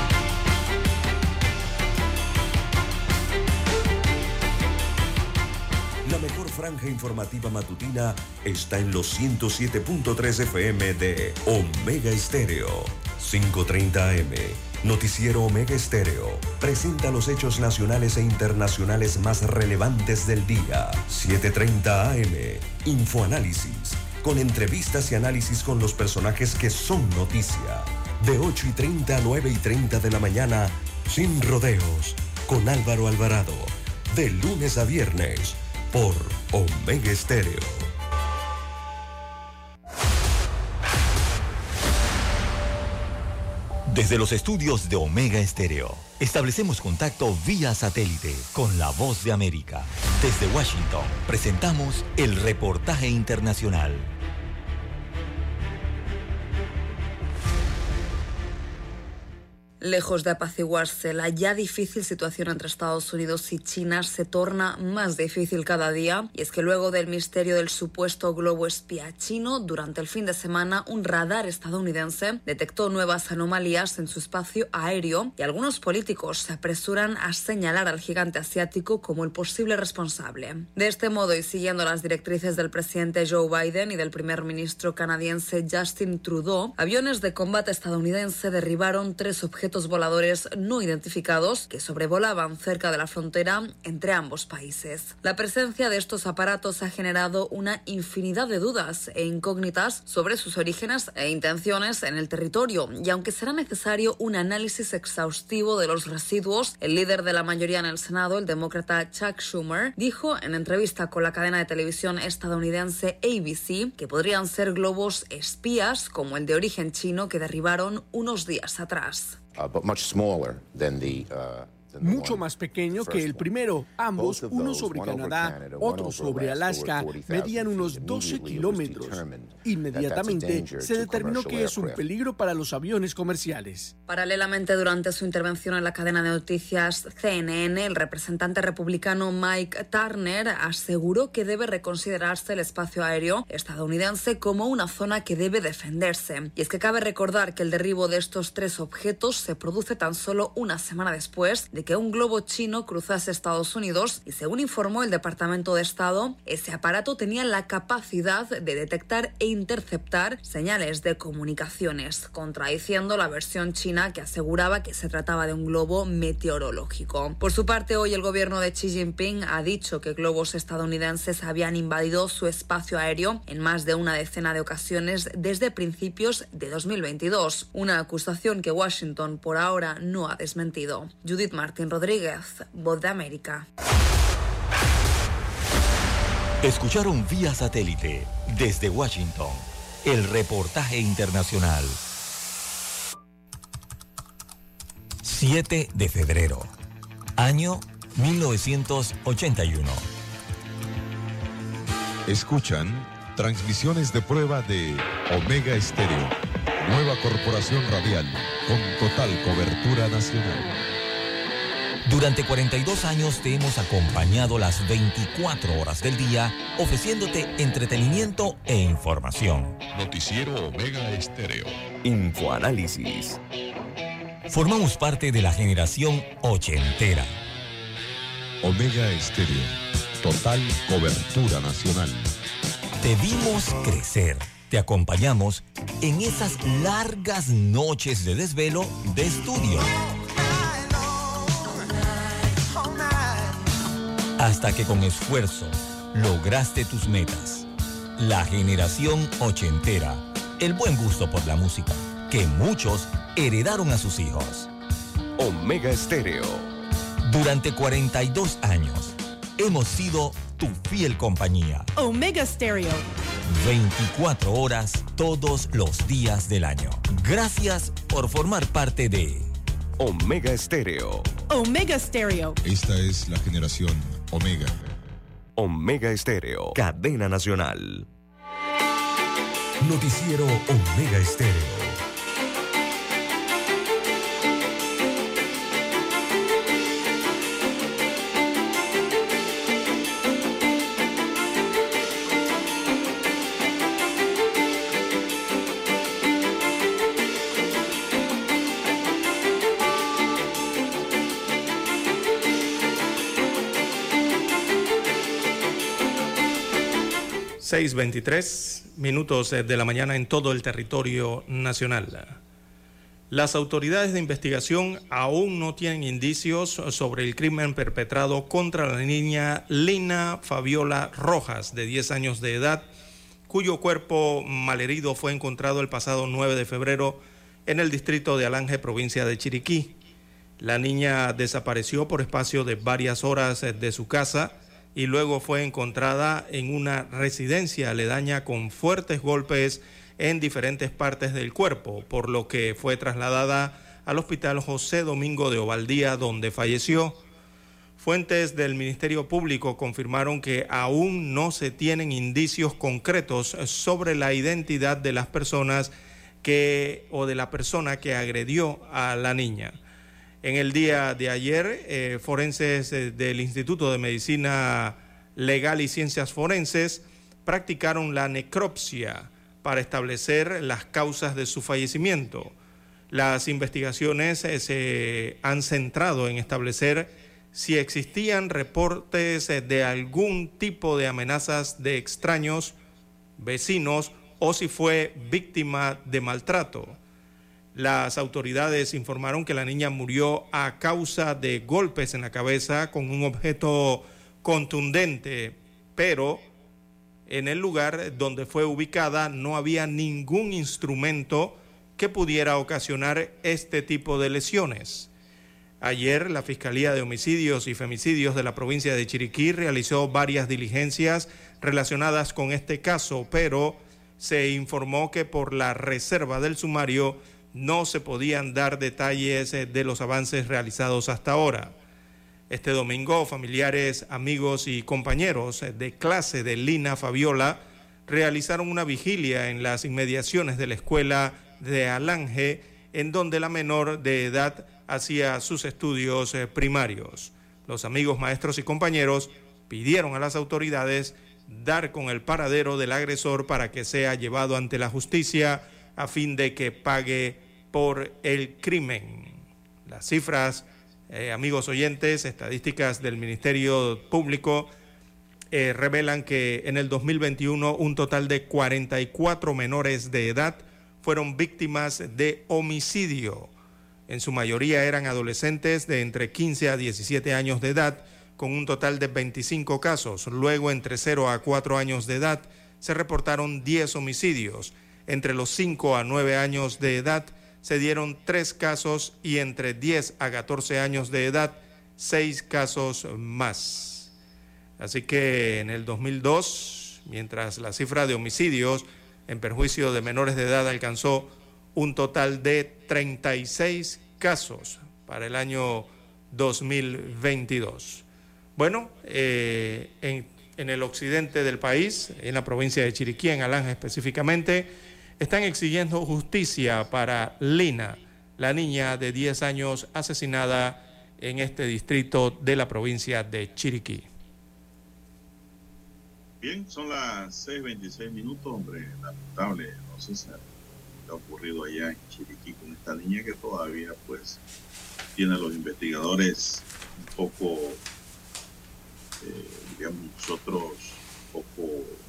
La mejor franja informativa matutina está en los 107.3 FM de Omega Estéreo. 5:30 AM. Noticiero Omega Estéreo presenta los hechos nacionales e internacionales más relevantes del día. 7:30 AM. Infoanálisis, con entrevistas y análisis con los personajes que son noticia. De 8:30 a 9:30 de la mañana, Sin Rodeos, con Álvaro Alvarado. De lunes a viernes, por Omega Estéreo. Desde los estudios de Omega Estéreo, establecemos contacto vía satélite con la Voz de América. Desde Washington, presentamos el reportaje internacional. Lejos de apaciguarse, la ya difícil situación entre Estados Unidos y China se torna más difícil cada día. Y es que luego del misterio del supuesto globo espía chino, durante el fin de semana un radar estadounidense detectó nuevas anomalías en su espacio aéreo y algunos políticos se apresuran a señalar al gigante asiático como el posible responsable. De este modo, y siguiendo las directrices del presidente Joe Biden y del primer ministro canadiense Justin Trudeau, aviones de combate estadounidense derribaron 3 objetos objetos voladores no identificados que sobrevolaban cerca de la frontera entre ambos países. La presencia de estos aparatos ha generado una infinidad de dudas e incógnitas sobre sus orígenes e intenciones en el territorio, y aunque será necesario un análisis exhaustivo de los residuos, el líder de la mayoría en el Senado, el demócrata Chuck Schumer, dijo en entrevista con la cadena de televisión estadounidense ABC que podrían ser globos espías como el de origen chino que derribaron unos días atrás. Mucho más pequeño que el primero. Ambos, uno sobre Canadá, otro sobre Alaska, medían unos 12 kilómetros. Inmediatamente se determinó que es un peligro para los aviones comerciales. Paralelamente, durante su intervención en la cadena de noticias CNN, el representante republicano Mike Turner aseguró que debe reconsiderarse el espacio aéreo estadounidense como una zona que debe defenderse. Y es que cabe recordar que el derribo de estos 3 objetos se produce tan solo una semana después de que un globo chino cruzase Estados Unidos, y según informó el Departamento de Estado, ese aparato tenía la capacidad de detectar e interceptar señales de comunicaciones, contradiciendo la versión china que aseguraba que se trataba de un globo meteorológico. Por su parte, hoy el gobierno de Xi Jinping ha dicho que globos estadounidenses habían invadido su espacio aéreo en más de una decena de ocasiones desde principios de 2022, una acusación que Washington por ahora no ha desmentido. Judith Martín Rodríguez, Voz de América. Escucharon vía satélite desde Washington el reportaje internacional. 7 de febrero, año 1981. Escuchan transmisiones de prueba de Omega Estéreo, nueva corporación radial con total cobertura nacional. Durante 42 años te hemos acompañado las 24 horas del día, ofreciéndote entretenimiento e información. Noticiero Omega Estéreo. Infoanálisis. Formamos parte de la generación ochentera. Omega Estéreo. Total cobertura nacional. Te vimos crecer. Te acompañamos en esas largas noches de desvelo de estudio. Hasta que con esfuerzo lograste tus metas. La generación ochentera, el buen gusto por la música, que muchos heredaron a sus hijos. Omega Estéreo. Durante 42 años, hemos sido tu fiel compañía. Omega Stereo. 24 horas todos los días del año. Gracias por formar parte de Omega Estéreo. Omega Stereo. Esta es la generación Omega. Omega Estéreo, cadena nacional. Noticiero Omega Estéreo. 6:23 de la mañana en todo el territorio nacional. Las autoridades de investigación aún no tienen indicios sobre el crimen perpetrado contra la niña Lina Fabiola Rojas, de 10 años de edad, cuyo cuerpo malherido fue encontrado el pasado 9 de febrero en el distrito de Alange, provincia de Chiriquí. La niña desapareció por espacio de varias horas de su casa y luego fue encontrada en una residencia aledaña con fuertes golpes en diferentes partes del cuerpo, por lo que fue trasladada al Hospital José Domingo de Ovaldía, donde falleció. Fuentes del Ministerio Público confirmaron que aún no se tienen indicios concretos sobre la identidad de las personas o de la persona que agredió a la niña. En el día de ayer, forenses del Instituto de Medicina Legal y Ciencias Forenses practicaron la necropsia para establecer las causas de su fallecimiento. Las investigaciones se han centrado en establecer si existían reportes de algún tipo de amenazas de extraños, vecinos, o si fue víctima de maltrato. Las autoridades informaron que la niña murió a causa de golpes en la cabeza con un objeto contundente, pero en el lugar donde fue ubicada no había ningún instrumento que pudiera ocasionar este tipo de lesiones. Ayer, la Fiscalía de Homicidios y Femicidios de la provincia de Chiriquí realizó varias diligencias relacionadas con este caso, pero se informó que por la reserva del sumario no se podían dar detalles de los avances realizados hasta ahora. Este domingo, familiares, amigos y compañeros de clase de Lina Fabiola realizaron una vigilia en las inmediaciones de la escuela de Alange, en donde la menor de edad hacía sus estudios primarios. Los amigos, maestros y compañeros pidieron a las autoridades dar con el paradero del agresor para que sea llevado ante la justicia a fin de que pague por el crimen. Las cifras, amigos oyentes, estadísticas del Ministerio Público revelan que en el 2021 un total de 44 menores de edad fueron víctimas de homicidio. En su mayoría eran adolescentes de entre 15 a 17 años de edad, con un total de 25 casos. Luego, entre 0 a 4 años de edad, se reportaron 10 homicidios. Entre los 5 a 9 años de edad, se dieron 3 casos y entre 10 a 14 años de edad, 6 casos más. Así que en el 2002, mientras la cifra de homicidios en perjuicio de menores de edad alcanzó un total de 36 casos para el año 2022. Bueno, en el occidente del país, en la provincia de Chiriquí, en Alange específicamente, están exigiendo justicia para Lina, la niña de 10 años asesinada en este distrito de la provincia de Chiriquí. Bien, son las 6:26 minutos, hombre, lamentable, no sé si ha ocurrido allá en Chiriquí con esta niña que todavía pues tiene a los investigadores un poco, digamos nosotros, un poco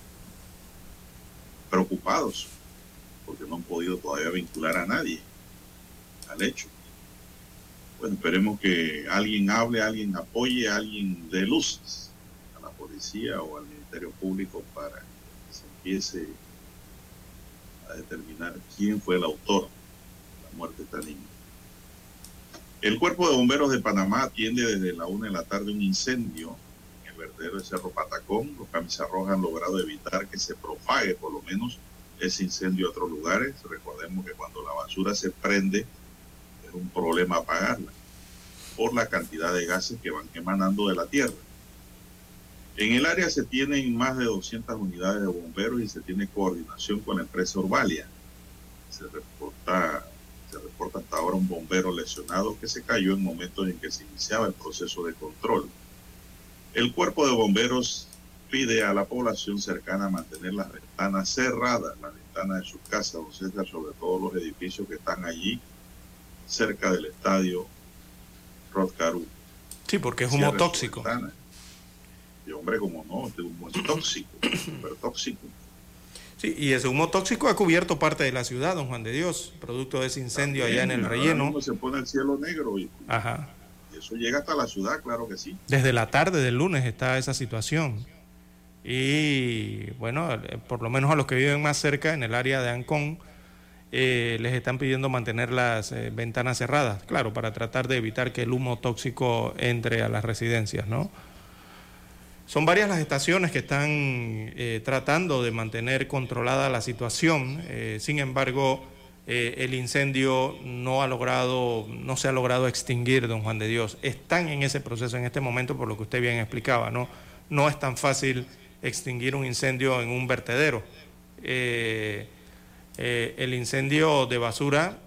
preocupados porque no han podido todavía vincular a nadie al hecho. Bueno, esperemos que alguien hable, alguien apoye, alguien dé luces a la policía o al Ministerio Público para que se empiece a determinar quién fue el autor de la muerte de esta niña. El Cuerpo de Bomberos de Panamá atiende desde la 1 de la tarde un incendio en el vertedero de Cerro Patacón. Los camisas rojas han logrado evitar que se propague por lo menos ese incendio a otros lugares. Recordemos que cuando la basura se prende es un problema apagarla por la cantidad de gases que van emanando de la tierra. En el área se tienen más de 200 unidades de bomberos y se tiene coordinación con la empresa Urbalia. Se reporta hasta ahora un bombero lesionado que se cayó en momentos en que se iniciaba el proceso de control. El Cuerpo de Bomberos pide a la población cercana mantener las ventanas cerradas, las ventanas de sus casas, don César, sobre todo los edificios que están allí cerca del estadio Rod Carew. Sí, porque es humo tóxico. Y hombre, como no, este humo es tóxico, súper tóxico. Sí, y ese humo tóxico ha cubierto parte de la ciudad, don Juan de Dios, producto de ese incendio también, allá en el relleno. Se pone el cielo negro y ajá. Eso llega hasta la ciudad, claro que sí. Desde la tarde del lunes está esa situación. Y bueno, por lo menos a los que viven más cerca, en el área de Ancón, les están pidiendo mantener las ventanas cerradas, claro, para tratar de evitar que el humo tóxico entre a las residencias, ¿no? Son varias las estaciones que están tratando de mantener controlada la situación. Sin embargo, el incendio no se ha logrado extinguir, don Juan de Dios. Están en ese proceso en este momento, por lo que usted bien explicaba, ¿no? No es tan fácil extinguir un incendio en un vertedero. El incendio de basura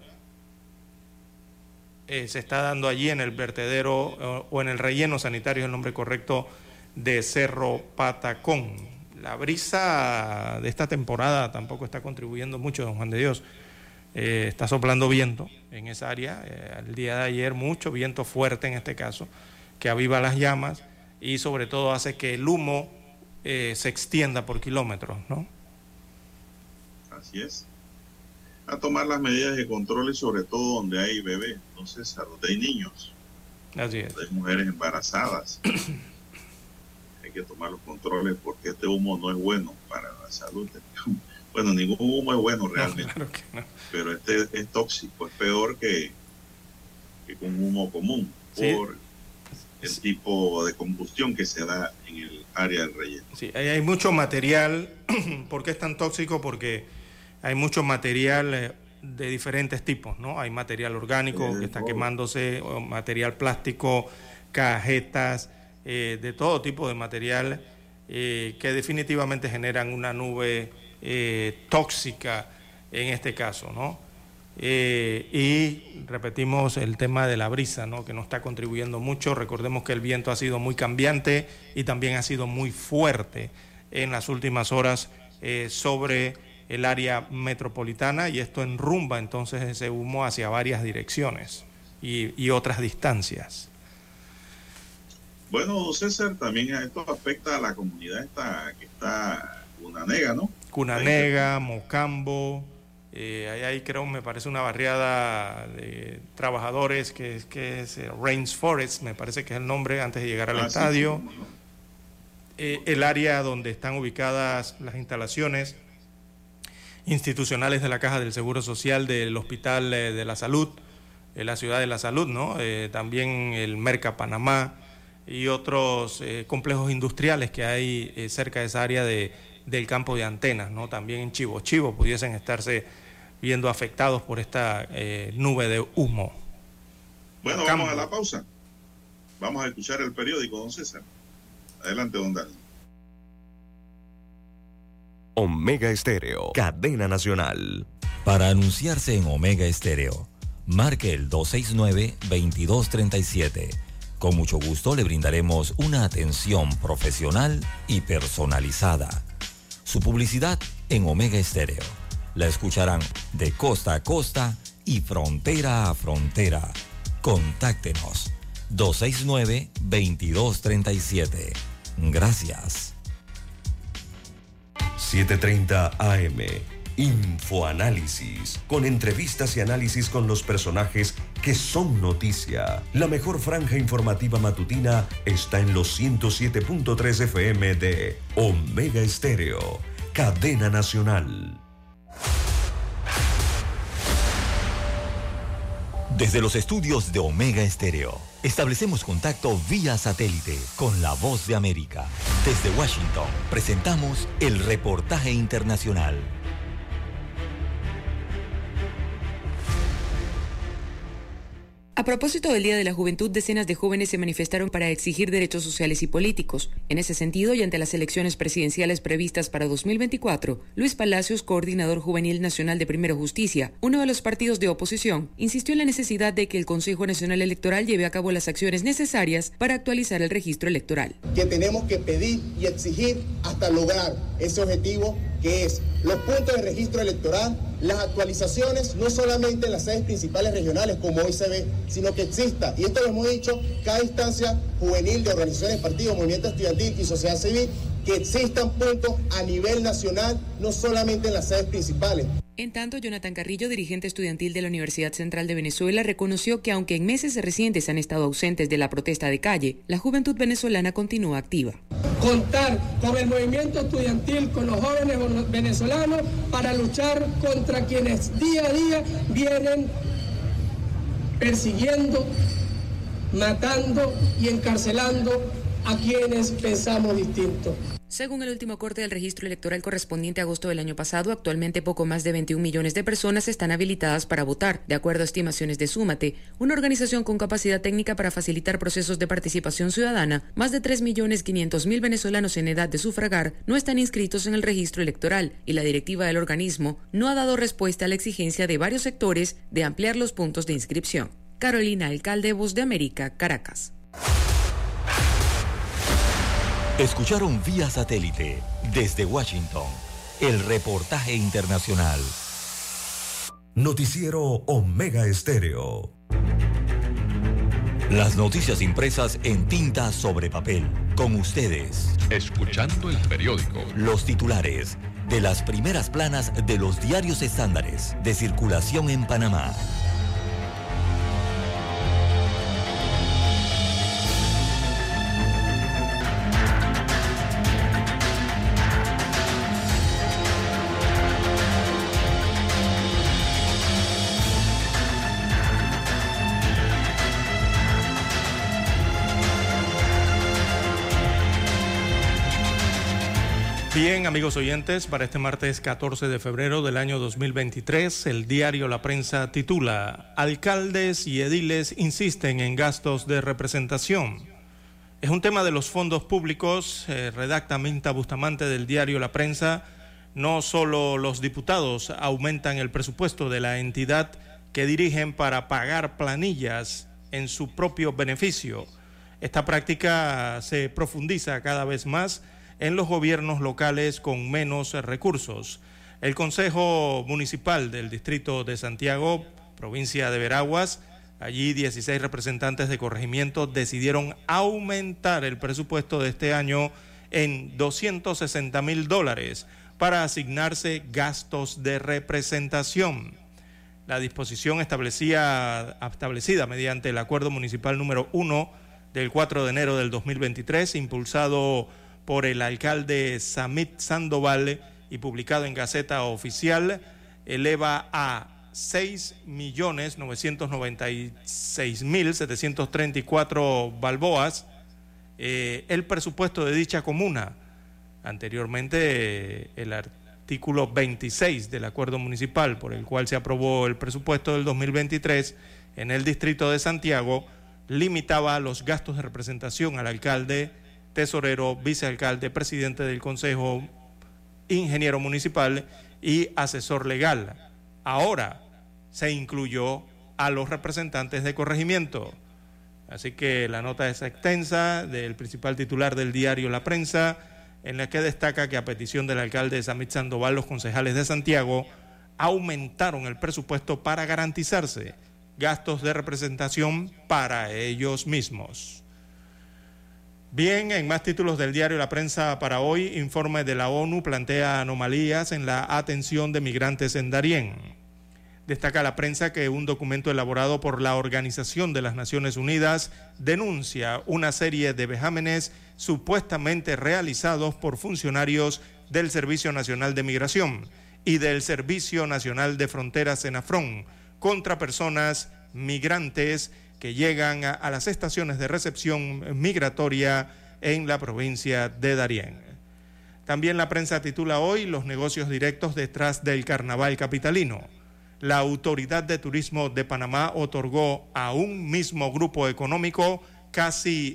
se está dando allí en el vertedero o en el relleno sanitario, es el nombre correcto, de Cerro Patacón. La brisa de esta temporada tampoco está contribuyendo mucho, don Juan de Dios. Está soplando viento en esa área. El día de ayer mucho viento fuerte en este caso, que aviva las llamas y sobre todo hace que el humo se extienda por kilómetros, ¿no? Así es. a tomar las medidas de control y sobre todo donde hay bebés, entonces a donde hay niños, así es, donde hay mujeres embarazadas. Hay que tomar los controles porque este humo no es bueno para la salud. Bueno, ningún humo es bueno realmente, no, claro que no. Pero este es tóxico, es peor que un humo común, sí, por el tipo de combustión que se da en el área del relleno. Sí, hay mucho material. ¿Por qué es tan tóxico? Porque hay mucho material de diferentes tipos, ¿no? Hay material orgánico que está quemándose, material plástico, cajetas, de todo tipo de material que definitivamente generan una nube tóxica en este caso, ¿no? Y repetimos el tema de la brisa, ¿no? Que no está contribuyendo mucho. Recordemos que el viento ha sido muy cambiante y también ha sido muy fuerte en las últimas horas sobre el área metropolitana, y esto enrumba entonces ese humo hacia varias direcciones y otras distancias. Bueno, César, también esto afecta a la comunidad que está Cunanega, ¿no? Cunanega, Mocambo, ahí creo, me parece una barriada de trabajadores que es Rains Forest, me parece que es el nombre antes de llegar al estadio. Sí, ¿no? El área donde están ubicadas las instalaciones institucionales de la Caja del Seguro Social, del Hospital de la Salud, la Ciudad de la Salud, ¿no? También el Merca Panamá y otros complejos industriales que hay cerca de esa área del campo de antenas, ¿no? También en Chivo pudiesen estarse viendo afectados por esta nube de humo. Bueno, vamos a la pausa. Vamos a escuchar el periódico, don César. Adelante, don Dani. Omega Estéreo, cadena nacional. Para anunciarse en Omega Estéreo, marque el 269-2237. Con mucho gusto le brindaremos una atención profesional y personalizada. Su publicidad en Omega Estéreo la escucharán de costa a costa y frontera a frontera. Contáctenos 269-2237. Gracias. 7:30 AM. Infoanálisis, con entrevistas y análisis con los personajes que son noticia. La mejor franja informativa matutina está en los 107.3 FM de Omega Estéreo, cadena nacional. Desde los estudios de Omega Estéreo, establecemos contacto vía satélite con la Voz de América. Desde Washington, presentamos el reportaje internacional. A propósito del Día de la Juventud, decenas de jóvenes se manifestaron para exigir derechos sociales y políticos. En ese sentido, y ante las elecciones presidenciales previstas para 2024, Luis Palacios, coordinador juvenil nacional de Primero Justicia, uno de los partidos de oposición, insistió en la necesidad de que el Consejo Nacional Electoral lleve a cabo las acciones necesarias para actualizar el registro electoral. Que tenemos que pedir y exigir hasta lograr ese objetivo, que es los puntos de registro electoral, las actualizaciones, no solamente en las sedes principales regionales como hoy se ve, sino que exista, y esto lo hemos dicho, cada instancia juvenil de organizaciones, partidos, movimiento estudiantil y sociedad civil, que existan puntos a nivel nacional, no solamente en las sedes principales. En tanto, Jonathan Carrillo, dirigente estudiantil de la Universidad Central de Venezuela, reconoció que aunque en meses recientes han estado ausentes de la protesta de calle, la juventud venezolana continúa activa. Contar con el movimiento estudiantil, con los jóvenes venezolanos, para luchar contra quienes día a día vienen persiguiendo, matando y encarcelando a quienes pensamos distinto. Según el último corte del registro electoral correspondiente a agosto del año pasado, actualmente poco más de 21 millones de personas están habilitadas para votar. De acuerdo a estimaciones de Súmate, una organización con capacidad técnica para facilitar procesos de participación ciudadana, más de 3.500.000 venezolanos en edad de sufragar no están inscritos en el registro electoral, y la directiva del organismo no ha dado respuesta a la exigencia de varios sectores de ampliar los puntos de inscripción. Carolina Alcalde, Voz de América, Caracas. Escucharon vía satélite desde Washington el reportaje internacional. Noticiero Omega Estéreo. Las noticias impresas en tinta sobre papel. Con ustedes. Escuchando el periódico. Los titulares de las primeras planas de los diarios estándares de circulación en Panamá. Bien, amigos oyentes, para este martes 14 de febrero del año 2023, el diario La Prensa titula: Alcaldes y ediles insisten en gastos de representación. Es un tema de los fondos públicos, redacta Minta Bustamante del diario La Prensa. No solo los diputados aumentan el presupuesto de la entidad que dirigen para pagar planillas en su propio beneficio. Esta práctica se profundiza cada vez más en los gobiernos locales con menos recursos. El Consejo Municipal del Distrito de Santiago, provincia de Veraguas, allí 16 representantes de corregimiento decidieron aumentar el presupuesto de este año en $260,000 para asignarse gastos de representación. La disposición establecida mediante el Acuerdo Municipal número 1 del 4 de enero del 2023, impulsado por el alcalde Samit Sandoval y publicado en Gaceta Oficial, eleva a 6.996.734 balboas el presupuesto de dicha comuna. Anteriormente, el artículo 26 del acuerdo municipal por el cual se aprobó el presupuesto del 2023 en el distrito de Santiago limitaba los gastos de representación al alcalde, tesorero, vicealcalde, presidente del consejo, ingeniero municipal y asesor legal. Ahora se incluyó a los representantes de corregimiento. Así que la nota es extensa del principal titular del diario La Prensa, en la que destaca que a petición del alcalde Samit Sandoval, los concejales de Santiago aumentaron el presupuesto para garantizarse gastos de representación para ellos mismos. Bien, en más títulos del diario La Prensa para hoy, informe de la ONU plantea anomalías en la atención de migrantes en Darién. Destaca la prensa que un documento elaborado por la Organización de las Naciones Unidas denuncia una serie de vejámenes supuestamente realizados por funcionarios del Servicio Nacional de Migración y del Servicio Nacional de Fronteras SENAFRON contra personas migrantes que llegan a las estaciones de recepción migratoria en la provincia de Darién. También la prensa titula hoy: los negocios directos detrás del carnaval capitalino. La Autoridad de Turismo de Panamá otorgó a un mismo grupo económico casi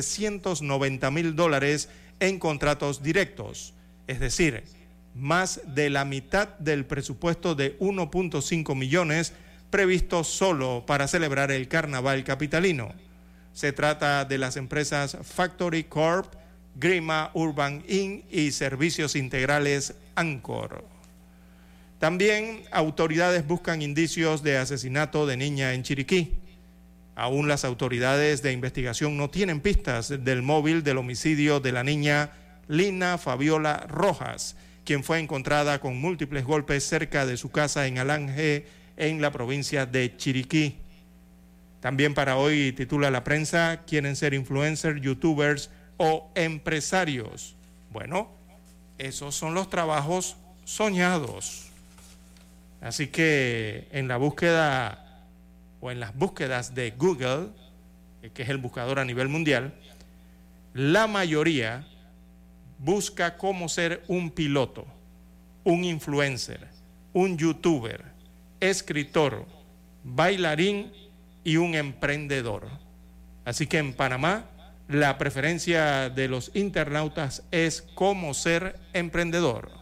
$790,000 en contratos directos, es decir, más de la mitad del presupuesto de 1.5 millones previsto solo para celebrar el carnaval capitalino. Se trata de las empresas Factory Corp, Grima Urban Inc. y Servicios Integrales Ancor. También autoridades buscan indicios de asesinato de niña en Chiriquí. Aún las autoridades de investigación no tienen pistas del móvil del homicidio de la niña Lina Fabiola Rojas, quien fue encontrada con múltiples golpes cerca de su casa en Alange, en la provincia de Chiriquí. También para hoy titula la prensa: ¿quieren ser influencers, youtubers o empresarios? Bueno, esos son los trabajos soñados. Así que en la búsqueda o en las búsquedas de Google, que es el buscador a nivel mundial, la mayoría busca cómo ser un piloto, un influencer, un youtuber, escritor, bailarín y un emprendedor. Así que en Panamá la preferencia de los internautas es cómo ser emprendedor.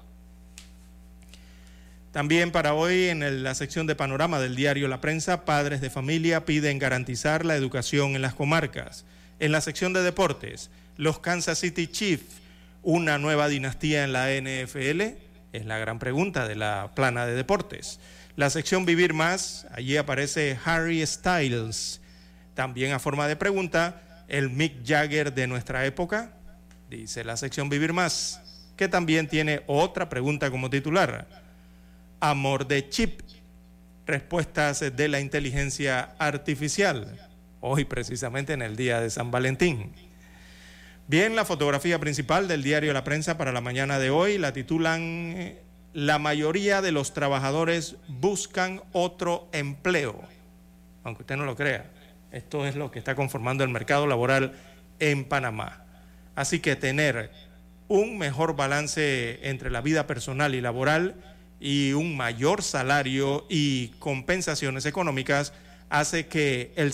También para hoy en la sección de panorama del diario La Prensa, padres de familia piden garantizar la educación en las comarcas. En la sección de deportes, los Kansas City Chiefs, una nueva dinastía en la NFL, es la gran pregunta de la plana de deportes. La sección Vivir Más, allí aparece Harry Styles. También a forma de pregunta, el Mick Jagger de nuestra época, dice la sección Vivir Más. que también tiene otra pregunta como titular: amor de chip, respuestas de la inteligencia artificial, hoy precisamente en el día de San Valentín. Bien, la fotografía principal del diario La Prensa para la mañana de hoy la titulan: la mayoría de los trabajadores buscan otro empleo. Aunque usted no lo crea, esto es lo que está conformando el mercado laboral en Panamá. Así que tener un mejor balance entre la vida personal y laboral y un mayor salario y compensaciones económicas hace que el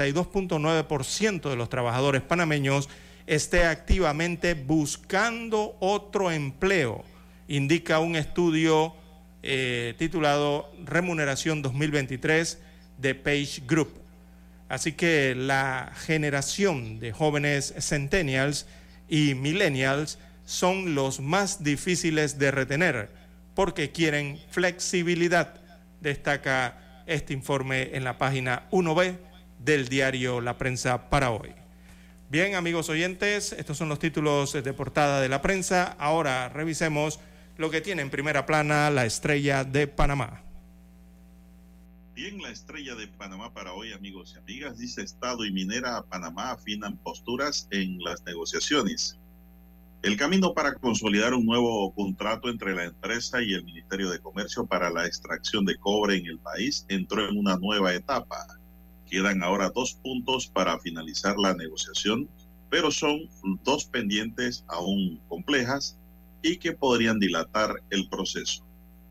62.9% de los trabajadores panameños esté activamente buscando otro empleo, indica un estudio titulado Remuneración 2023 de Page Group. Así que la generación de jóvenes centennials y millennials son los más difíciles de retener porque quieren flexibilidad, destaca este informe en la página 1B del diario La Prensa para hoy. Bien, amigos oyentes, estos son los títulos de portada de La Prensa. Ahora revisemos lo que tiene en primera plana La Estrella de Panamá. Bien, La Estrella de Panamá para hoy, amigos y amigas, dice: Estado y Minera Panamá afinan posturas en las negociaciones. El camino para consolidar un nuevo contrato entre la empresa y el Ministerio de Comercio para la extracción de cobre en el país entró en una nueva etapa. Quedan ahora 2 puntos para finalizar la negociación, pero son 2 pendientes aún complejas y que podrían dilatar el proceso.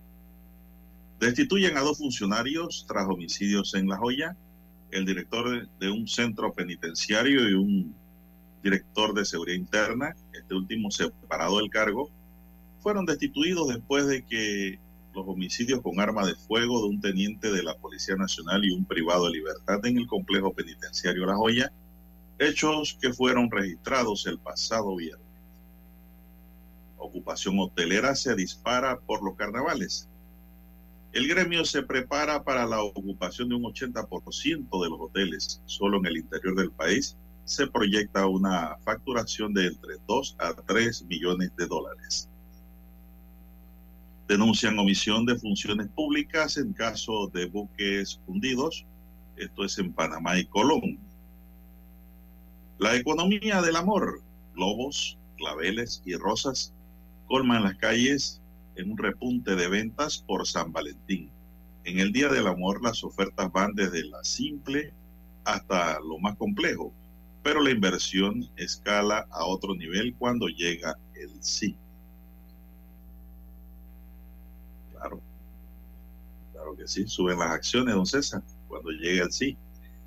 Destituyen a 2 funcionarios tras homicidios en La Joya. El director de un centro penitenciario y un director de seguridad interna, este último separado del cargo, fueron destituidos después de que los homicidios con arma de fuego de un teniente de la Policía Nacional y un privado de libertad en el complejo penitenciario La Joya, hechos que fueron registrados el pasado viernes. La ocupación hotelera se dispara por los carnavales. El gremio se prepara para la ocupación de un 80% de los hoteles. Solo en el interior del país se proyecta una facturación de entre 2 a 3 millones de dólares. Denuncian omisión de funciones públicas en caso de buques hundidos. Esto es en Panamá y Colón. La economía del amor. Globos, claveles y rosas colman las calles en un repunte de ventas por San Valentín. En el Día del Amor las ofertas van desde la simple hasta lo más complejo, pero la inversión escala a otro nivel cuando llega el sí. Claro que sí, suben las acciones, don César, cuando llega el sí.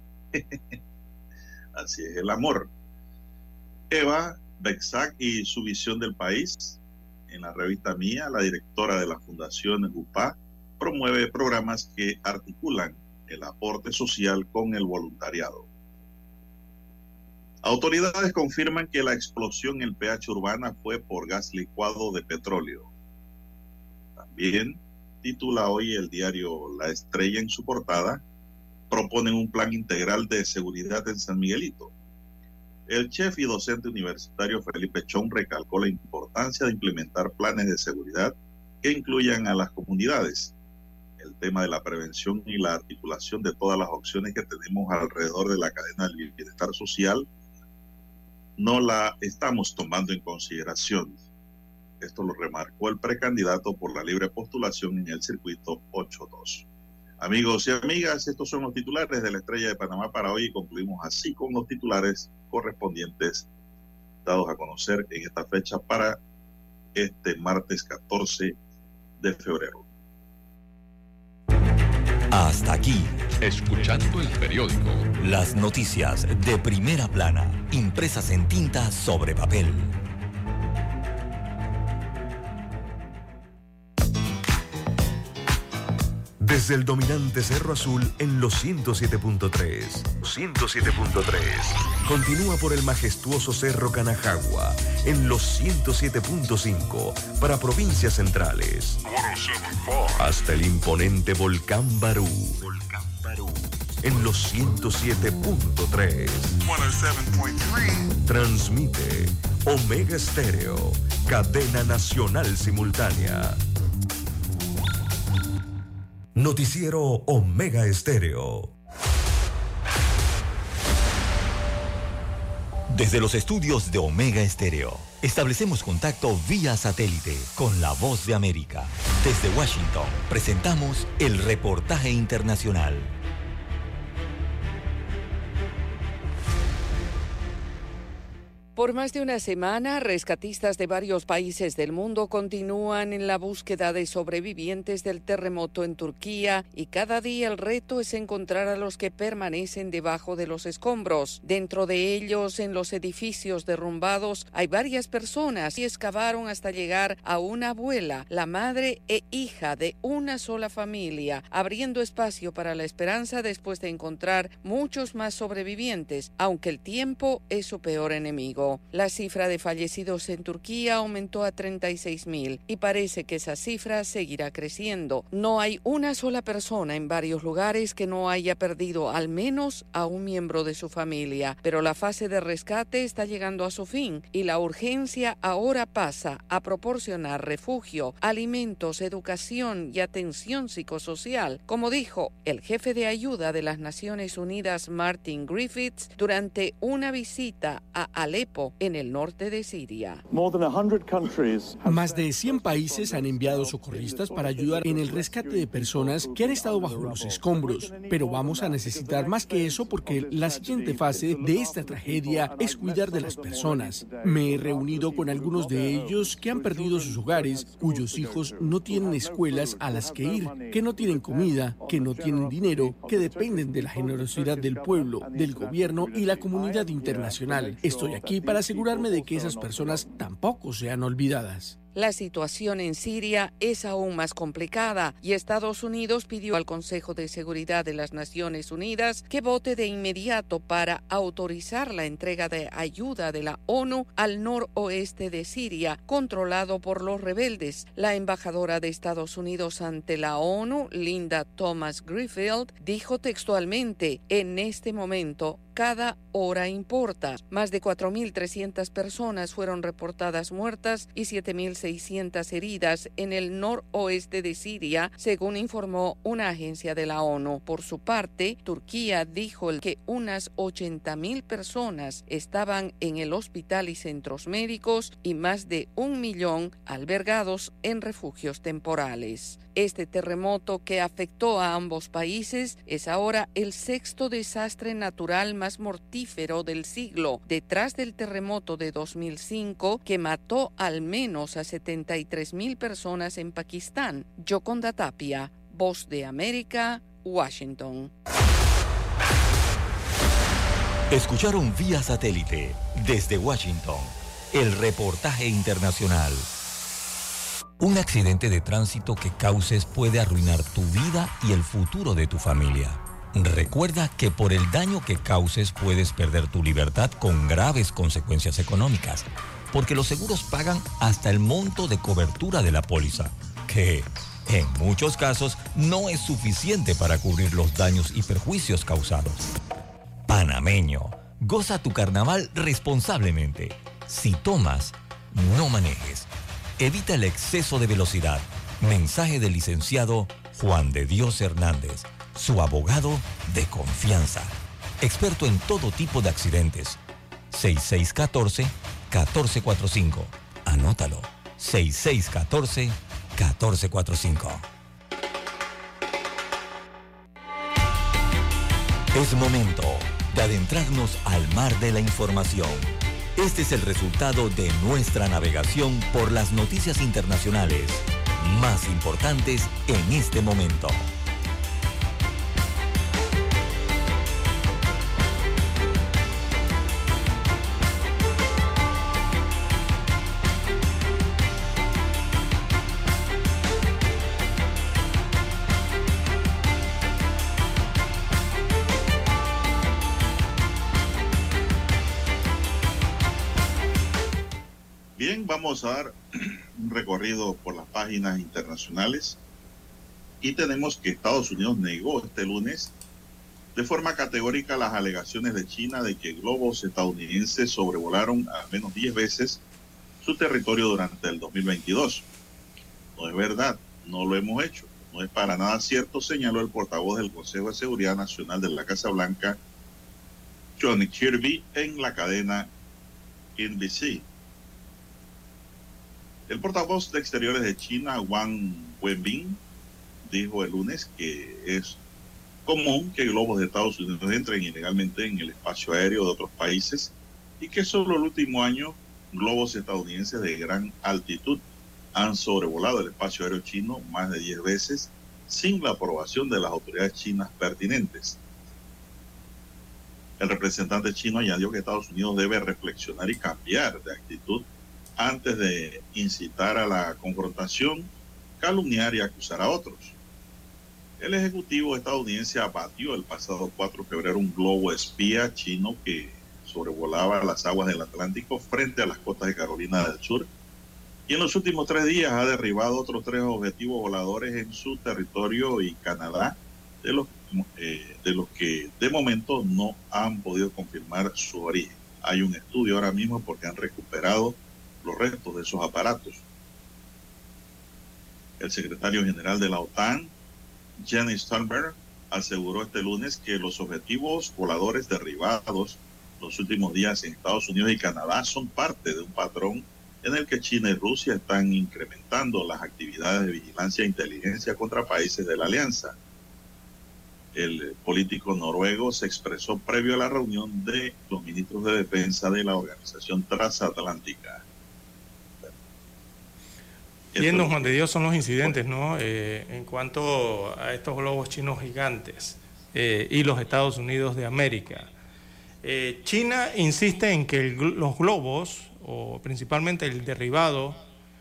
Así es el amor. Eva Bexac y su visión del país. En la revista Mía, la directora de la Fundación UPA promueve programas que articulan el aporte social con el voluntariado. Autoridades confirman que la explosión en PH Urbana fue por gas licuado de petróleo. También titula hoy el diario La Estrella en su portada: proponen un plan integral de seguridad en San Miguelito. El chef y docente universitario Felipe Chong recalcó la importancia de implementar planes de seguridad que incluyan a las comunidades. El tema de la prevención y la articulación de todas las opciones que tenemos alrededor de la cadena del bienestar social no la estamos tomando en consideración. Esto lo remarcó el precandidato por la libre postulación en el circuito 8-2. Amigos y amigas, estos son los titulares de La Estrella de Panamá para hoy y concluimos así con los titulares correspondientes dados a conocer en esta fecha para este martes 14 de febrero. Hasta aquí, escuchando el periódico. Las noticias de primera plana, impresas en tinta sobre papel. Desde el dominante Cerro Azul en los 107.3. 107.3. Continúa por el majestuoso Cerro Canajagua en los 107.5 para provincias centrales. Hasta el imponente Volcán Barú. En los 107.3. Transmite Omega Estéreo, cadena nacional simultánea. Noticiero Omega Estéreo. Desde los estudios de Omega Estéreo, establecemos contacto vía satélite con la Voz de América. Desde Washington, presentamos el reportaje internacional. Por más de una semana, rescatistas de varios países del mundo continúan en la búsqueda de sobrevivientes del terremoto en Turquía y cada día el reto es encontrar a los que permanecen debajo de los escombros. Dentro de ellos, en los edificios derrumbados, hay varias personas y excavaron hasta llegar a una abuela, la madre e hija de una sola familia, abriendo espacio para la esperanza después de encontrar muchos más sobrevivientes, aunque el tiempo es su peor enemigo. La cifra de fallecidos en Turquía aumentó a 36.000 y parece que esa cifra seguirá creciendo. No hay una sola persona en varios lugares que no haya perdido al menos a un miembro de su familia, pero la fase de rescate está llegando a su fin y la urgencia ahora pasa a proporcionar refugio, alimentos, educación y atención psicosocial, como dijo el jefe de ayuda de las Naciones Unidas, Martin Griffiths, durante una visita a Alepo, en el norte de Siria. Más de 100 países han enviado socorristas para ayudar en el rescate de personas que han estado bajo los escombros, pero vamos a necesitar más que eso porque la siguiente fase de esta tragedia es cuidar de las personas. Me he reunido con algunos de ellos que han perdido sus hogares, cuyos hijos no tienen escuelas a las que ir, que no tienen comida, que no tienen dinero, que dependen de la generosidad del pueblo, del gobierno y la comunidad internacional. Estoy aquí para asegurarme de que esas personas tampoco sean olvidadas. La situación en Siria es aún más complicada y Estados Unidos pidió al Consejo de Seguridad de las Naciones Unidas que vote de inmediato para autorizar la entrega de ayuda de la ONU al noroeste de Siria, controlado por los rebeldes. La embajadora de Estados Unidos ante la ONU, Linda Thomas-Greenfield, dijo textualmente: en este momento, cada hora importa. Más de 4.300 personas fueron reportadas muertas y 7.600 heridas en el noroeste de Siria, según informó una agencia de la ONU. Por su parte, Turquía dijo que unas 80.000 personas estaban en el hospital y centros médicos y más de 1 millón albergados en refugios temporales. Este terremoto que afectó a ambos países es ahora el 6º desastre natural más mortífero del siglo, detrás del terremoto de 2005 que mató al menos a 73.000 personas en Pakistán. Yoconda Tapia, Voz de América, Washington. Escucharon vía satélite desde Washington el reportaje internacional. Un accidente de tránsito que causes puede arruinar tu vida y el futuro de tu familia. Recuerda que por el daño que causes puedes perder tu libertad con graves consecuencias económicas, porque los seguros pagan hasta el monto de cobertura de la póliza, que en muchos casos no es suficiente para cubrir los daños y perjuicios causados. Panameño, goza tu carnaval responsablemente. Si tomas, no manejes. Evita el exceso de velocidad. Mensaje del licenciado Juan de Dios Hernández, su abogado de confianza. Experto en todo tipo de accidentes. 6614-1445. Anótalo. 6614-1445. Es momento de adentrarnos al mar de la información. Este es el resultado de nuestra navegación por las noticias internacionales más importantes en este momento. Bien, vamos a dar un recorrido por las páginas internacionales y tenemos que Estados Unidos negó este lunes de forma categórica las alegaciones de China de que globos estadounidenses sobrevolaron al menos 10 veces su territorio durante el 2022. No es verdad, no lo hemos hecho. No es para nada cierto, señaló el portavoz del Consejo de Seguridad Nacional de la Casa Blanca, John Kirby, en la cadena NBC. El portavoz de Exteriores de China, Wang Wenbin, dijo el lunes que es común que globos de Estados Unidos entren ilegalmente en el espacio aéreo de otros países y que solo el último año globos estadounidenses de gran altitud han sobrevolado el espacio aéreo chino más de 10 veces sin la aprobación de las autoridades chinas pertinentes. El representante chino añadió que Estados Unidos debe reflexionar y cambiar de actitud antes de incitar a la confrontación, calumniar y acusar a otros. El ejecutivo estadounidense abatió el pasado 4 de febrero un globo espía chino que sobrevolaba las aguas del Atlántico frente a las costas de Carolina del Sur, y en los últimos 3 días ha derribado otros 3 objetivos voladores en su territorio y Canadá, de los que de momento no han podido confirmar su origen. Hay un estudio ahora mismo porque han recuperado los restos de esos aparatos. El secretario general de la OTAN, Jens Stoltenberg, aseguró este lunes que los objetivos voladores derribados los últimos días en Estados Unidos y Canadá son parte de un patrón en el que China y Rusia están incrementando las actividades de vigilancia e inteligencia contra países de la alianza. El político noruego se expresó previo a la reunión de los ministros de defensa de la Organización Transatlántica. Bien, don Juan de Dios, son los incidentes, ¿no? En cuanto a estos globos chinos gigantes y los Estados Unidos de América. China insiste en que los globos, o principalmente el derribado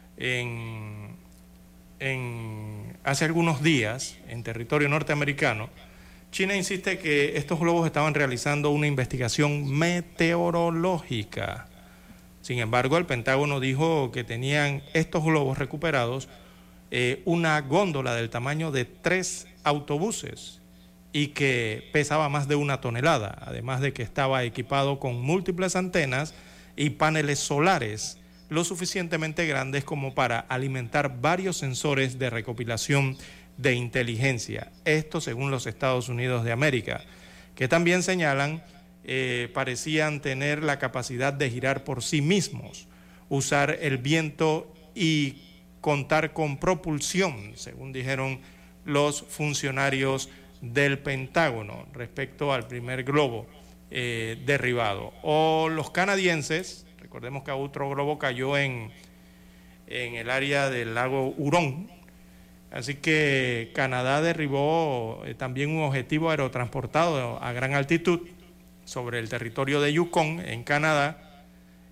hace algunos días en territorio norteamericano, China insiste que estos globos estaban realizando una investigación meteorológica. Sin embargo, el Pentágono dijo que tenían estos globos recuperados una góndola del tamaño de 3 autobuses y que pesaba más de 1 tonelada, además de que estaba equipado con múltiples antenas y paneles solares lo suficientemente grandes como para alimentar varios sensores de recopilación de inteligencia. Esto según los Estados Unidos de América, que también señalan parecían tener la capacidad de girar por sí mismos, usar el viento y contar con propulsión, según dijeron los funcionarios del Pentágono respecto al primer globo derribado. O los canadienses, recordemos que otro globo cayó en el área del lago Hurón, así que Canadá derribó también un objetivo aerotransportado a gran altitud sobre el territorio de Yukon, en Canadá,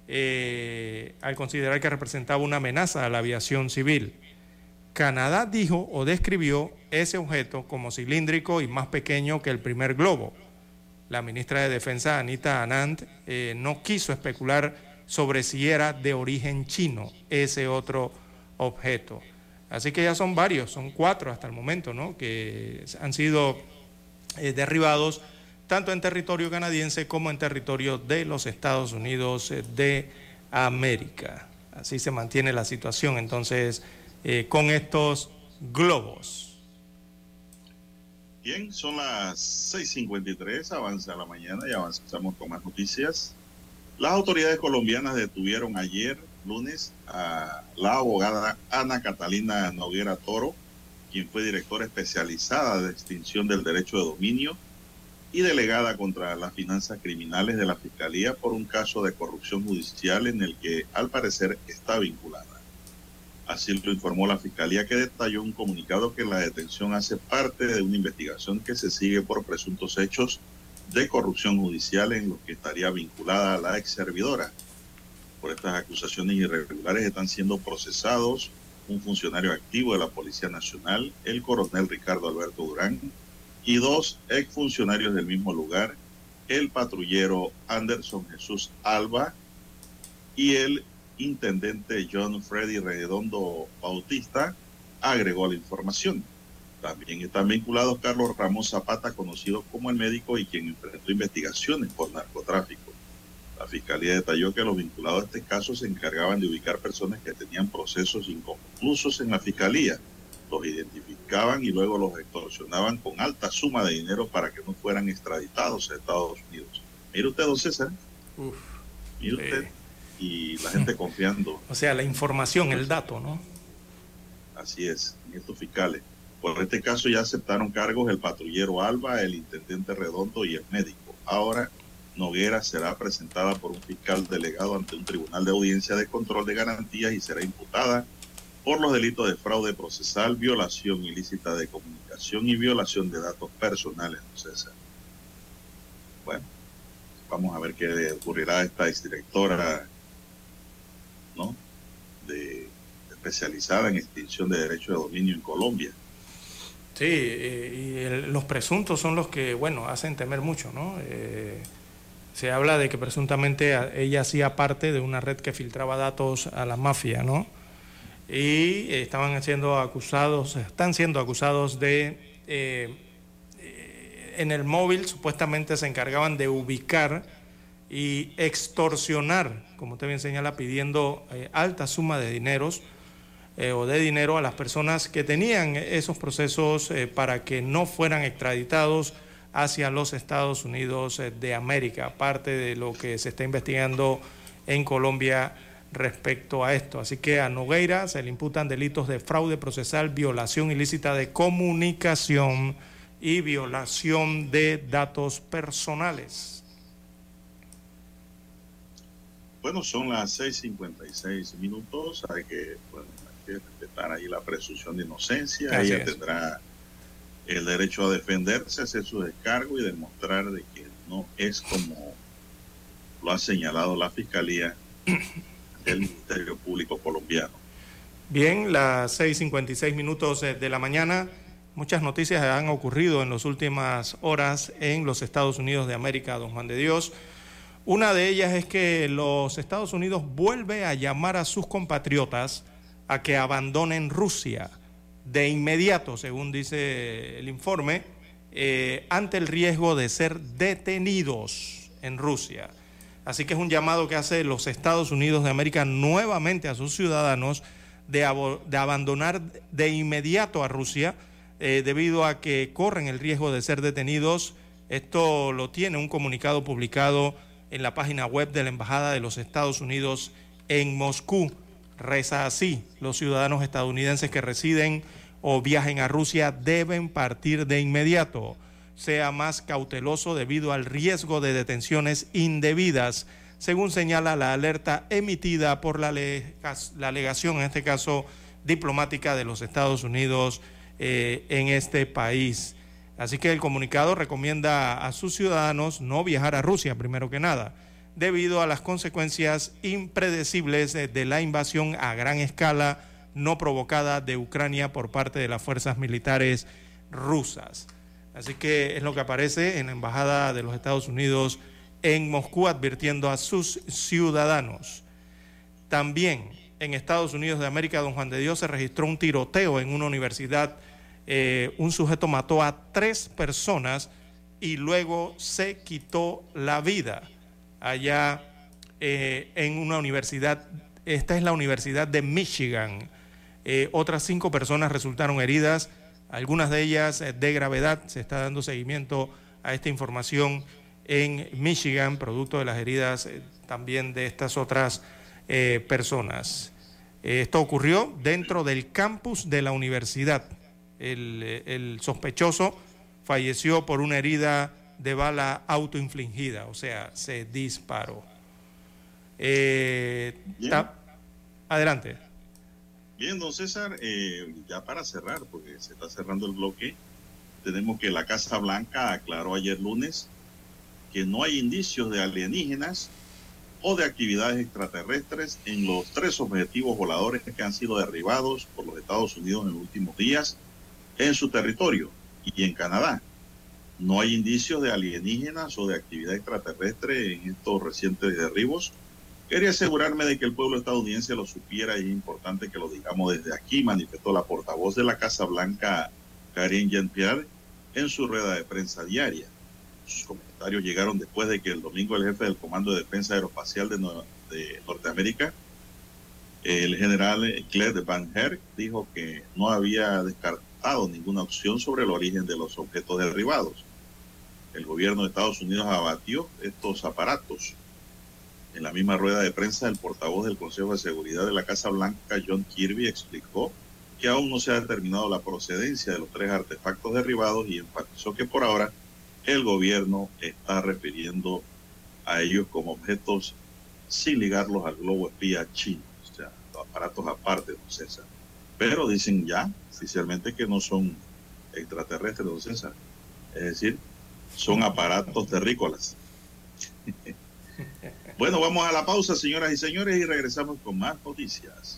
al considerar que representaba una amenaza a la aviación civil. Canadá dijo o describió ese objeto como cilíndrico y más pequeño que el primer globo. La ministra de Defensa, Anita Anand, no quiso especular sobre si era de origen chino ese otro objeto. Así que ya son varios, son 4 hasta el momento, ¿no?, que han sido derribados tanto en territorio canadiense como en territorio de los Estados Unidos de América. Así se mantiene la situación entonces con estos globos. Bien, son las 6:53, avanza la mañana y avanzamos con más noticias. Las autoridades colombianas detuvieron ayer, lunes, a la abogada Ana Catalina Noguera Toro, quien fue directora especializada de extinción del derecho de dominio y delegada contra las finanzas criminales de la Fiscalía por un caso de corrupción judicial en el que al parecer está vinculada. Así lo informó la Fiscalía, que detalló un comunicado que la detención hace parte de una investigación que se sigue por presuntos hechos de corrupción judicial en los que estaría vinculada a la ex servidora. Por estas acusaciones irregulares están siendo procesados un funcionario activo de la Policía Nacional, el coronel Ricardo Alberto Durán, y 2 exfuncionarios del mismo lugar, el patrullero Anderson Jesús Alba y el intendente John Freddy Redondo Bautista, agregó la información. También están vinculados Carlos Ramos Zapata, conocido como el médico y quien enfrentó investigaciones por narcotráfico. La Fiscalía detalló que los vinculados a este caso se encargaban de ubicar personas que tenían procesos inconclusos en la Fiscalía. Los identificaban y luego los extorsionaban con alta suma de dinero para que no fueran extraditados a Estados Unidos. Mire usted, don César. Mire usted. Y la gente confiando. O sea, la información, el dato, ¿no? Así es, en estos fiscales. Por este caso ya aceptaron cargos el patrullero Alba, el intendente Redondo y el médico. Ahora Noguera será presentada por un fiscal delegado ante un tribunal de audiencia de control de garantías y será imputada por los delitos de fraude procesal, violación ilícita de comunicación y violación de datos personales, don César. Bueno, vamos a ver qué ocurrirá a esta exdirectora, ¿no?, especializada en extinción de derecho de dominio en Colombia. Sí, los presuntos son los que, bueno, hacen temer mucho, ¿no? Se habla de que presuntamente ella hacía parte de una red que filtraba datos a la mafia, ¿no? Y están siendo acusados de... en el móvil supuestamente se encargaban de ubicar y extorsionar, como usted bien señala, pidiendo alta suma de dineros o de dinero a las personas que tenían esos procesos para que no fueran extraditados hacia los Estados Unidos de América, parte de lo que se está investigando en Colombia respecto a esto. Así que a Nogueira se le imputan delitos de fraude procesal, violación ilícita de comunicación y violación de datos personales. Bueno, son las 6:56. Hay que respetar ahí la presunción de inocencia. Así ella es. tendrá el derecho a defenderse, hacer su descargo y demostrar de que no es como lo ha señalado la Fiscalía del Ministerio Público colombiano. Bien, las 6:56 de la mañana. Muchas noticias han ocurrido en las últimas horas en los Estados Unidos de América, don Juan de Dios. Una de ellas es que los Estados Unidos vuelve a llamar a sus compatriotas a que abandonen Rusia de inmediato, según dice el informe, ante el riesgo de ser detenidos en Rusia. Así que es un llamado que hace los Estados Unidos de América nuevamente a sus ciudadanos de abandonar de inmediato a Rusia, debido a que corren el riesgo de ser detenidos. Esto lo tiene un comunicado publicado en la página web de la Embajada de los Estados Unidos en Moscú. Reza así: los ciudadanos estadounidenses que residen o viajen a Rusia deben partir de inmediato. Sea más cauteloso debido al riesgo de detenciones indebidas, según señala la alerta emitida por la legación, en este caso diplomática de los Estados Unidos en este país. Así que el comunicado recomienda a sus ciudadanos no viajar a Rusia, primero que nada, debido a las consecuencias impredecibles de la invasión a gran escala no provocada de Ucrania por parte de las fuerzas militares rusas. Así que es lo que aparece en la Embajada de los Estados Unidos en Moscú, advirtiendo a sus ciudadanos. También en Estados Unidos de América, don Juan de Dios, se registró un tiroteo en una universidad. Un sujeto mató a 3 personas y luego se quitó la vida allá en una universidad. Esta es la Universidad de Michigan. Otras 5 personas resultaron heridas, algunas de ellas de gravedad. Se está dando seguimiento a esta información en Michigan, producto de las heridas también de estas otras personas. Esto ocurrió dentro del campus de la universidad. El sospechoso falleció por una herida de bala autoinfligida, o sea, se disparó. Adelante. Bien, don César, ya para cerrar, porque se está cerrando el bloque, tenemos que la Casa Blanca aclaró ayer lunes que no hay indicios de alienígenas o de actividades extraterrestres en los 3 objetivos voladores que han sido derribados por los Estados Unidos en los últimos días en su territorio y en Canadá. No hay indicios de alienígenas o de actividad extraterrestre en estos recientes derribos. Quería asegurarme de que el pueblo estadounidense lo supiera y es importante que lo digamos desde aquí, manifestó la portavoz de la Casa Blanca, Karine Jean-Pierre en su rueda de prensa diaria. Sus comentarios llegaron después de que el domingo el jefe del Comando de Defensa Aeroespacial de Norteamérica, el general Claude Van Herk, dijo que no había descartado ninguna opción sobre el origen de los objetos derribados. El gobierno de Estados Unidos abatió estos aparatos. En la misma rueda de prensa, el portavoz del Consejo de Seguridad de la Casa Blanca, John Kirby, explicó que aún no se ha determinado la procedencia de los 3 artefactos derribados y enfatizó que por ahora el gobierno está refiriendo a ellos como objetos sin ligarlos al globo espía chino, o sea, los aparatos aparte, don César. Pero dicen ya oficialmente que no son extraterrestres, don César. Es decir, son aparatos terrícolas. Bueno, vamos a la pausa, señoras y señores, y regresamos con más noticias.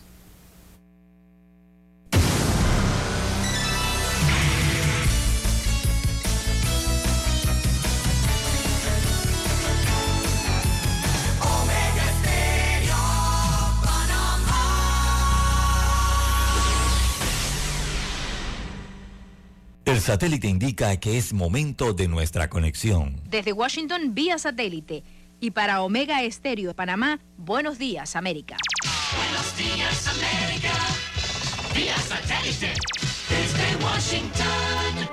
El satélite indica que es momento de nuestra conexión. Desde Washington, vía satélite. Y para Omega Estéreo de Panamá, buenos días, América. Buenos días, América. Vía satélite. Desde Washington.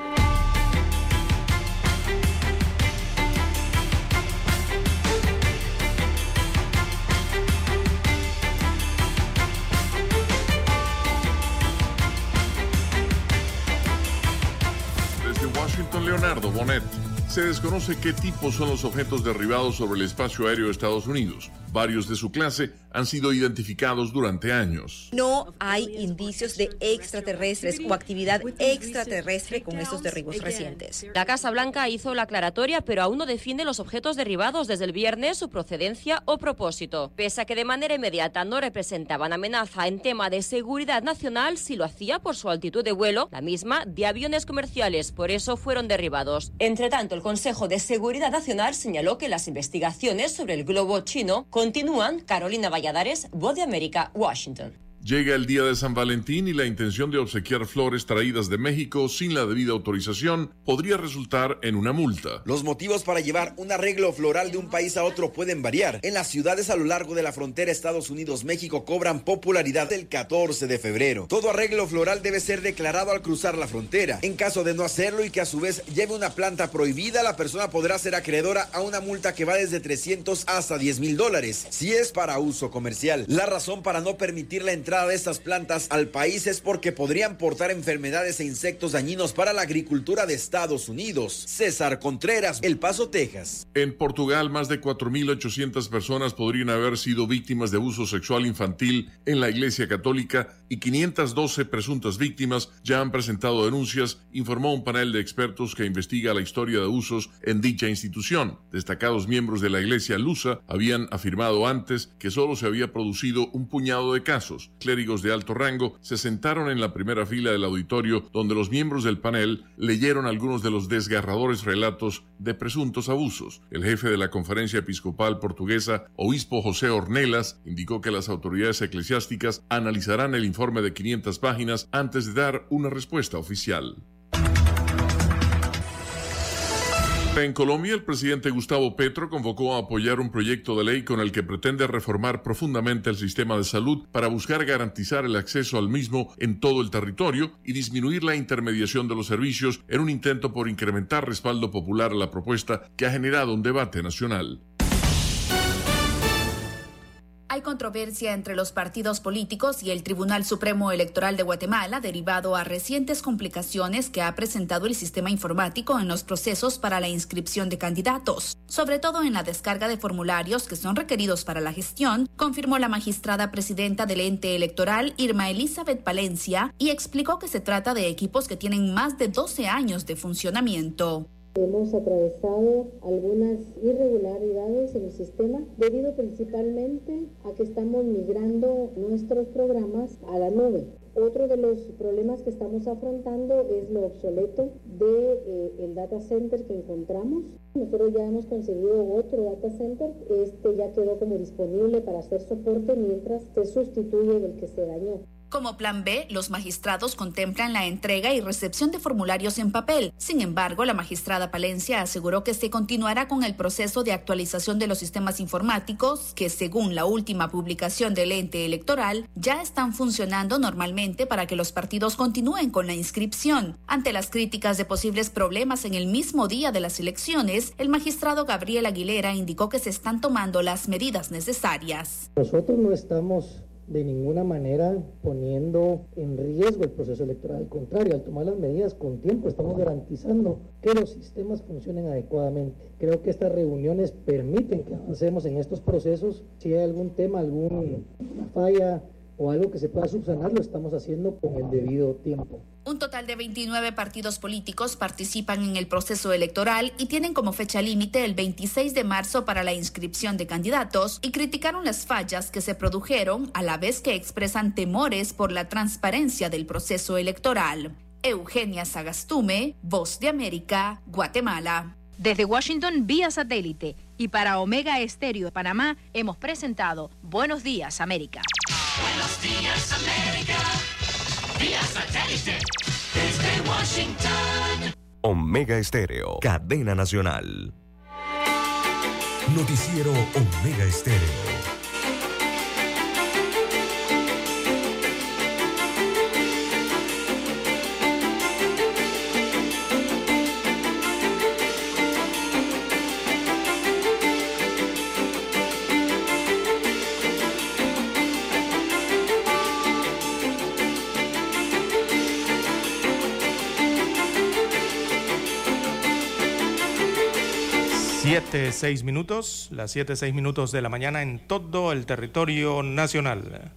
Washington, Leonardo Bonet. Se desconoce qué tipo son los objetos derribados sobre el espacio aéreo de Estados Unidos. Varios de su clase han sido identificados durante años. No hay indicios de extraterrestres o actividad extraterrestre con estos derribos recientes. La Casa Blanca hizo la aclaratoria, pero aún no define los objetos derribados desde el viernes, su procedencia o propósito. Pese a que de manera inmediata no representaban amenaza en tema de seguridad nacional, sí lo hacía por su altitud de vuelo, la misma de aviones comerciales, por eso fueron derribados. Entre tanto, el Consejo de Seguridad Nacional señaló que las investigaciones sobre el globo chino continúan. Carolina Valladares, Voz de América, Washington. Llega el día de San Valentín y la intención de obsequiar flores traídas de México sin la debida autorización podría resultar en una multa. Los motivos para llevar un arreglo floral de un país a otro pueden variar. En las ciudades a lo largo de la frontera Estados Unidos-México cobran popularidad el 14 de febrero. Todo arreglo floral debe ser declarado al cruzar la frontera. En caso de no hacerlo y que a su vez lleve una planta prohibida, la persona podrá ser acreedora a una multa que va desde $300 hasta $10,000 si es para uso comercial. La razón para no permitir la entrada de estas plantas al país es porque podrían portar enfermedades e insectos dañinos para la agricultura de Estados Unidos. César Contreras, El Paso, Texas. En Portugal, más de 4.800 personas podrían haber sido víctimas de abuso sexual infantil en la Iglesia Católica y 512 presuntas víctimas ya han presentado denuncias, informó un panel de expertos que investiga la historia de abusos en dicha institución. Destacados miembros de la Iglesia Lusa habían afirmado antes que solo se había producido un puñado de casos. Clérigos de alto rango se sentaron en la primera fila del auditorio donde los miembros del panel leyeron algunos de los desgarradores relatos de presuntos abusos. El jefe de la Conferencia Episcopal Portuguesa, obispo José Ornelas, indicó que las autoridades eclesiásticas analizarán el informe de 500 páginas antes de dar una respuesta oficial. En Colombia, el presidente Gustavo Petro convocó a apoyar un proyecto de ley con el que pretende reformar profundamente el sistema de salud para buscar garantizar el acceso al mismo en todo el territorio y disminuir la intermediación de los servicios en un intento por incrementar respaldo popular a la propuesta que ha generado un debate nacional. Hay controversia entre los partidos políticos y el Tribunal Supremo Electoral de Guatemala derivado a recientes complicaciones que ha presentado el sistema informático en los procesos para la inscripción de candidatos, sobre todo en la descarga de formularios que son requeridos para la gestión, confirmó la magistrada presidenta del ente electoral, Irma Elizabeth Palencia, y explicó que se trata de equipos que tienen más de 12 años de funcionamiento. Hemos atravesado algunas irregularidades en el sistema debido principalmente a que estamos migrando nuestros programas a la nube. Otro de los problemas que estamos afrontando es lo obsoleto del data center que encontramos. Nosotros ya hemos conseguido otro data center, este ya quedó como disponible para hacer soporte mientras se sustituye del que se dañó. Como plan B, los magistrados contemplan la entrega y recepción de formularios en papel. Sin embargo, la magistrada Palencia aseguró que se continuará con el proceso de actualización de los sistemas informáticos que, según la última publicación del ente electoral, ya están funcionando normalmente para que los partidos continúen con la inscripción. Ante las críticas de posibles problemas en el mismo día de las elecciones, el magistrado Gabriel Aguilera indicó que se están tomando las medidas necesarias. Nosotros no estamos de ninguna manera poniendo en riesgo el proceso electoral. Al contrario, al tomar las medidas con tiempo, estamos garantizando que los sistemas funcionen adecuadamente. Creo que estas reuniones permiten que avancemos en estos procesos. Si hay algún tema, alguna falla o algo que se pueda subsanar, lo estamos haciendo con el debido tiempo. Un total de 29 partidos políticos participan en el proceso electoral y tienen como fecha límite el 26 de marzo para la inscripción de candidatos y criticaron las fallas que se produjeron a la vez que expresan temores por la transparencia del proceso electoral. Eugenia Sagastume, Voz de América, Guatemala. Desde Washington vía satélite y para Omega Estéreo de Panamá hemos presentado Buenos Días América. Buenos Días América. Vía satélite desde Washington. Omega Estéreo, cadena nacional. Noticiero Omega Estéreo. Las 7:06 de la mañana en todo el territorio nacional.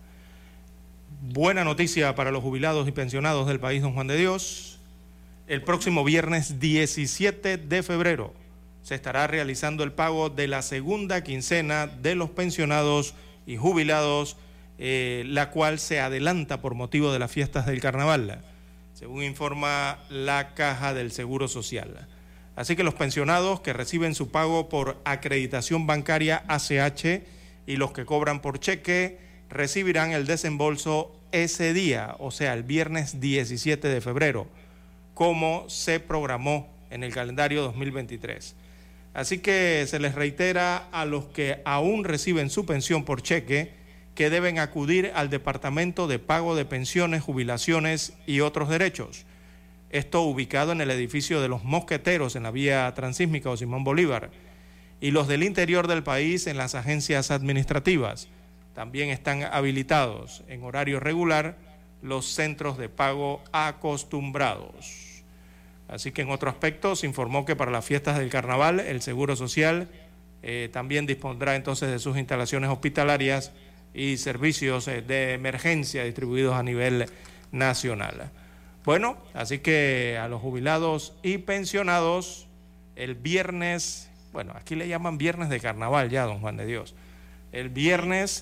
Buena noticia para los jubilados y pensionados del país, don Juan de Dios. El próximo viernes 17 de febrero se estará realizando el pago de la segunda quincena de los pensionados y jubilados, la cual se adelanta por motivo de las fiestas del carnaval, según informa la Caja del Seguro Social. Así que los pensionados que reciben su pago por acreditación bancaria ACH y los que cobran por cheque recibirán el desembolso ese día, o sea, el viernes 17 de febrero, como se programó en el calendario 2023. Así que se les reitera a los que aún reciben su pensión por cheque que deben acudir al Departamento de Pago de Pensiones, Jubilaciones y otros derechos. Esto ubicado en el edificio de los Mosqueteros en la vía transísmica o Simón Bolívar, y los del interior del país en las agencias administrativas. También están habilitados en horario regular los centros de pago acostumbrados. Así que en otro aspecto se informó que para las fiestas del carnaval el Seguro Social también dispondrá entonces de sus instalaciones hospitalarias y servicios de emergencia distribuidos a nivel nacional. Bueno, así que a los jubilados y pensionados, el viernes, bueno, aquí le llaman viernes de carnaval ya, don Juan de Dios. El viernes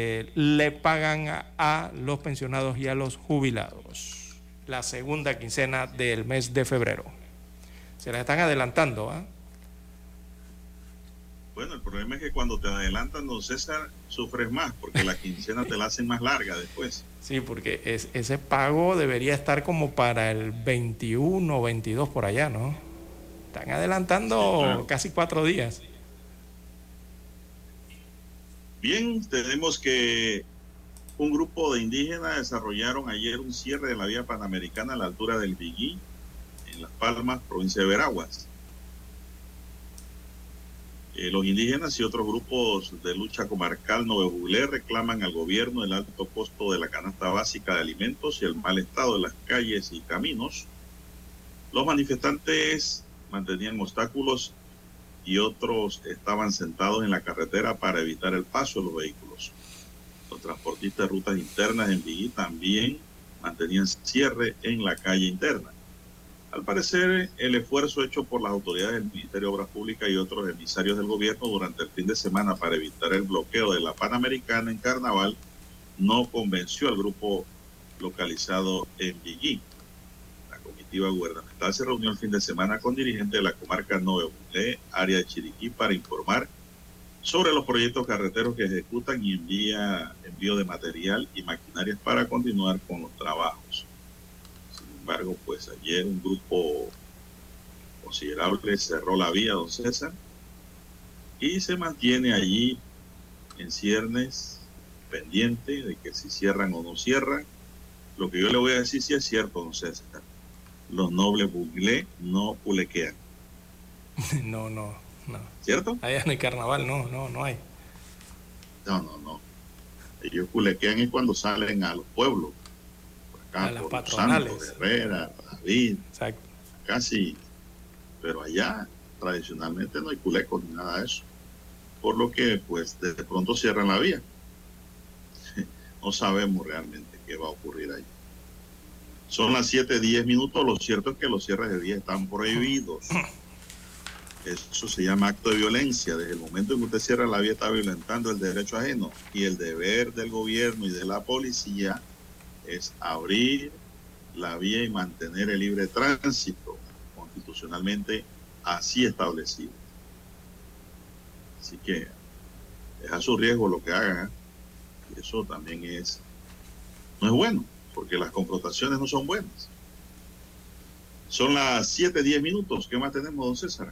le pagan a los pensionados y a los jubilados la segunda quincena del mes de febrero. Se la están adelantando, ¿ah? Bueno, el problema es que cuando te adelantan, don César, sufres más, porque la quincena te la hacen más larga después. Sí, porque ese pago debería estar como para el 21 o 22 por allá, ¿no? Están adelantando sí, claro. Casi 4 días. Bien, tenemos que un grupo de indígenas desarrollaron ayer un cierre de la vía panamericana a la altura del Biguí, en Las Palmas, provincia de Veraguas. Los indígenas y otros grupos de lucha comarcal Novebulé reclaman al gobierno el alto costo de la canasta básica de alimentos y el mal estado de las calles y caminos. Los manifestantes mantenían obstáculos y otros estaban sentados en la carretera para evitar el paso de los vehículos. Los transportistas de rutas internas en Biguí también mantenían cierre en la calle interna. Al parecer, el esfuerzo hecho por las autoridades del Ministerio de Obras Públicas y otros emisarios del gobierno durante el fin de semana para evitar el bloqueo de la Panamericana en Carnaval no convenció al grupo localizado en Biguí. La comitiva gubernamental se reunió el fin de semana con dirigentes de la comarca Novebulé, área de Chiriquí, para informar sobre los proyectos carreteros que ejecutan y envío de material y maquinarias para continuar con los trabajos. Sin embargo, pues ayer un grupo considerable cerró la vía, don César, y se mantiene allí en ciernes, pendiente de que si cierran o no cierran. Lo que yo le voy a decir sí es cierto, don César. Los nobles buglé no pulequean. No. ¿Cierto? Allá no hay carnaval, no hay. No. Ellos culequean es cuando salen a los pueblos. Por acá, a las por patronales. Santos, Herrera, David. Exacto. Casi. Pero allá, tradicionalmente, no hay culecos ni nada de eso. Por lo que, pues, de pronto cierran la vía. No sabemos realmente qué va a ocurrir ahí. Son las 7:10. Lo cierto es que los cierres de vía están prohibidos. Eso se llama acto de violencia. Desde el momento en que usted cierra la vía, está violentando el derecho ajeno. Y el deber del gobierno y de la policía es abrir la vía y mantener el libre tránsito, constitucionalmente así establecido. Así que es a su riesgo lo que hagan. Y eso también no es bueno, porque las confrontaciones no son buenas. Son las 7:10. ¿Qué más tenemos, don César?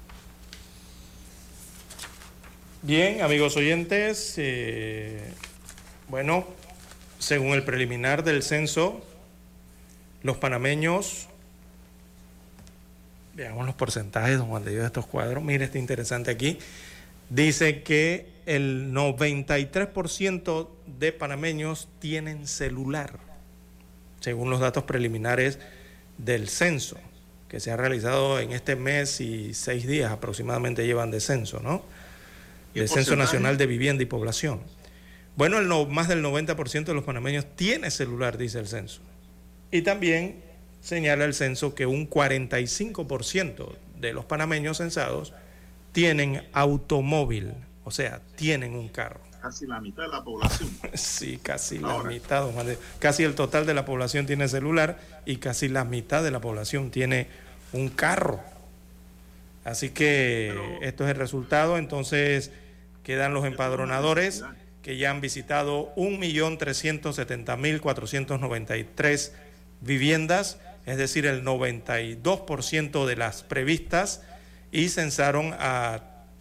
Bien, amigos oyentes, bueno, según el preliminar del censo, los panameños, veamos los porcentajes, don Juan de Dios, de estos cuadros. Mire, este interesante aquí. Dice que el 93% de panameños tienen celular, según los datos preliminares del censo, que se ha realizado en este mes y 6 días aproximadamente llevan de censo, ¿no? Del Censo Nacional de Vivienda y Población. Bueno, más del 90% de los panameños tiene celular, dice el censo. Y también señala el censo que un 45% de los panameños censados tienen automóvil, o sea, tienen un carro. Casi la mitad de la población. Sí, casi la mitad, don Juan de Dios. Casi el total de la población tiene celular y casi la mitad de la población tiene un carro. Así que esto es el resultado. Entonces quedan los empadronadores que ya han visitado 1.370.493 viviendas, es decir, el 92% de las previstas, y censaron a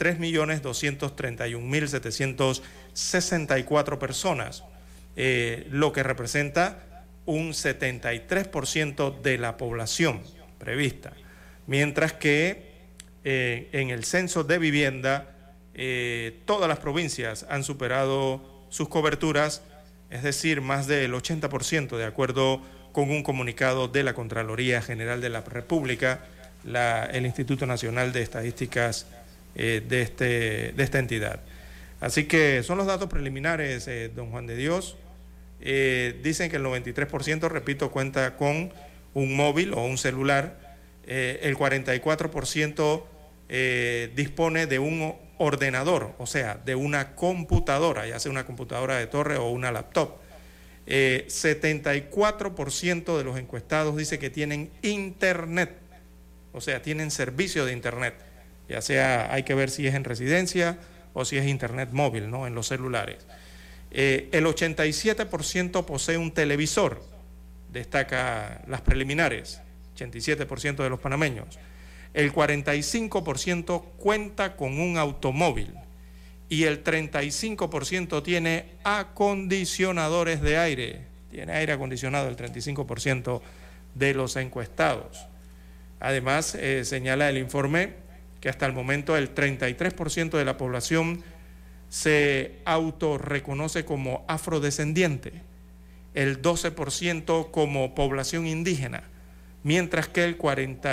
3.231.764 personas, lo que representa un 73% de la población prevista, mientras que en el censo de vivienda todas las provincias han superado sus coberturas, es decir, más del 80%, de acuerdo con un comunicado de la Contraloría General de la República, el Instituto Nacional de Estadísticas de esta entidad. Así que son los datos preliminares, don Juan de Dios. Dicen que el 93%, repito, cuenta con un móvil o un celular. El 44% dispone de un ordenador, o sea, de una computadora, ya sea una computadora de torre o una laptop. 74% de los encuestados dice que tienen internet, o sea, tienen servicio de internet, ya sea, hay que ver si es en residencia o si es internet móvil, ¿no?, en los celulares. El 87% posee un televisor, destaca las preliminares, 87% de los panameños. El 45% cuenta con un automóvil y el 35% tiene acondicionadores de aire. Tiene aire acondicionado el 35% de los encuestados. Además, señala el informe que hasta el momento el 33% de la población se autorreconoce como afrodescendiente, el 12% como población indígena, mientras que el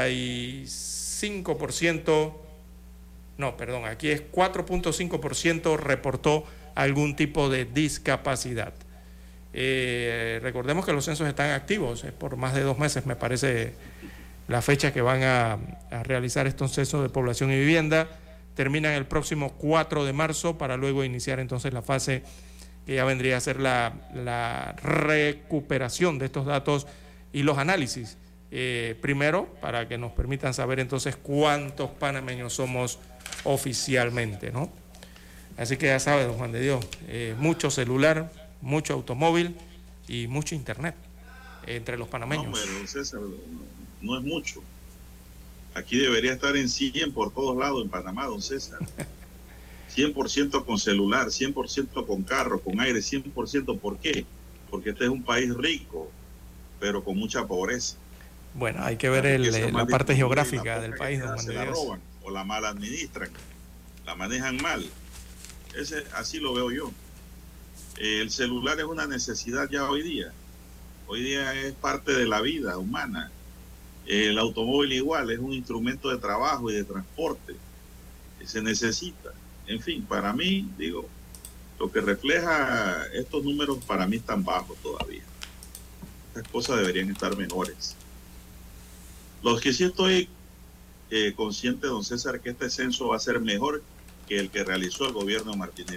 4.5% reportó algún tipo de discapacidad. Recordemos que los censos están activos por más de 2 meses, me parece la fecha que van a realizar estos censos de población y vivienda. Terminan el próximo 4 de marzo para luego iniciar entonces la fase que ya vendría a ser la recuperación de estos datos y los análisis. Primero, para que nos permitan saber entonces cuántos panameños somos oficialmente, ¿no? Así que ya sabe, don Juan de Dios, mucho celular, mucho automóvil y mucho internet entre los panameños. No, pero César, no es mucho. Aquí debería estar en 100 por todos lados en Panamá, don César. 100% con celular, 100% con carro, con aire, 100%. ¿Por qué? Porque este es un país rico, pero con mucha pobreza. Bueno, hay que ver la parte geográfica del país, don Juan de Dios. La roban o la mal administran, la manejan mal. Así lo veo yo. El celular es una necesidad ya hoy día. Hoy día es parte de la vida humana. El automóvil igual, es un instrumento de trabajo y de transporte. Se necesita. En fin, para mí, digo, lo que refleja estos números para mí están bajos todavía. Estas cosas deberían estar menores. Los que sí estoy consciente, don César, que este censo va a ser mejor que el que realizó el gobierno de Martinelli.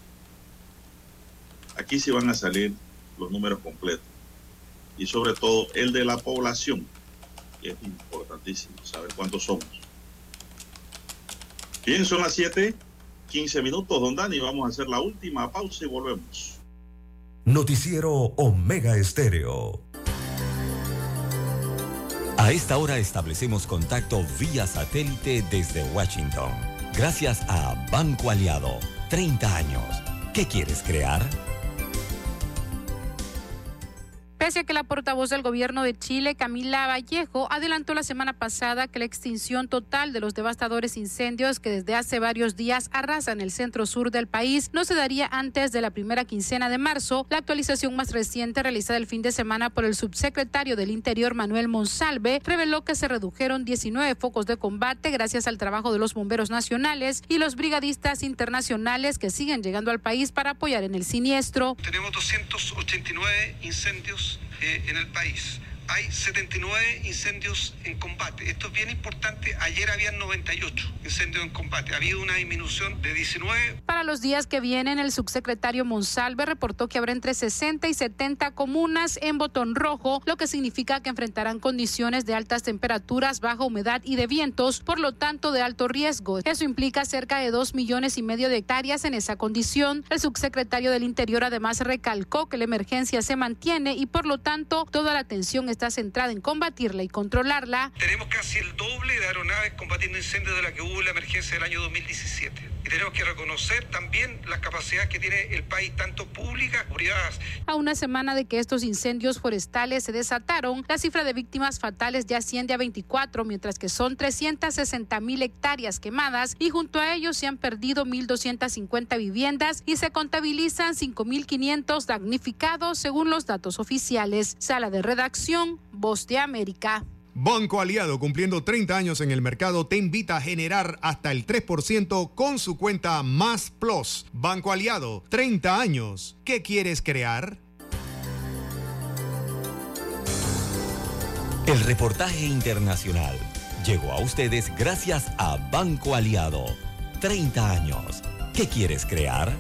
Aquí sí van a salir los números completos. Y sobre todo el de la población, que es importantísimo saber cuántos somos. Bien, son las 7:15 minutos, don Dani. Vamos a hacer la última pausa y volvemos. Noticiero Omega Estéreo. A esta hora establecemos contacto vía satélite desde Washington. Gracias a Banco Aliado. 30 años. ¿Qué quieres crear? Pese a que la portavoz del gobierno de Chile, Camila Vallejo, adelantó la semana pasada que la extinción total de los devastadores incendios que desde hace varios días arrasan el centro sur del país no se daría antes de la primera quincena de marzo, la actualización más reciente realizada el fin de semana por el subsecretario del Interior, Manuel Monsalve, reveló que se redujeron 19 focos de combate gracias al trabajo de los bomberos nacionales y los brigadistas internacionales que siguen llegando al país para apoyar en el siniestro. Tenemos 289 incendios en el país. Hay 79 incendios en combate. Esto es bien importante. Ayer habían 98 incendios en combate. Ha habido una disminución de 19. Para los días que vienen, el subsecretario Monsalve reportó que habrá entre 60 y 70 comunas en botón rojo, lo que significa que enfrentarán condiciones de altas temperaturas, baja humedad y de vientos, por lo tanto de alto riesgo. Eso implica cerca de 2,5 millones de hectáreas en esa condición. El subsecretario del Interior además recalcó que la emergencia se mantiene y por lo tanto toda la atención está centrada en combatirla y controlarla. Tenemos casi el doble de aeronaves combatiendo incendios de la que hubo en la emergencia del año 2017. Y tenemos que reconocer también las capacidades que tiene el país, tanto públicas como privadas. A una semana de que estos incendios forestales se desataron, la cifra de víctimas fatales ya asciende a 24, mientras que son 360,000 hectáreas quemadas y junto a ellos se han perdido 1,250 viviendas y se contabilizan 5,500 damnificados según los datos oficiales. Sala de redacción, Voz de América. Banco Aliado, cumpliendo 30 años en el mercado, te invita a generar hasta el 3% con su cuenta Más Plus. Banco Aliado, 30 años. ¿Qué quieres crear? El reportaje internacional llegó a ustedes gracias a Banco Aliado. 30 años. ¿Qué quieres crear?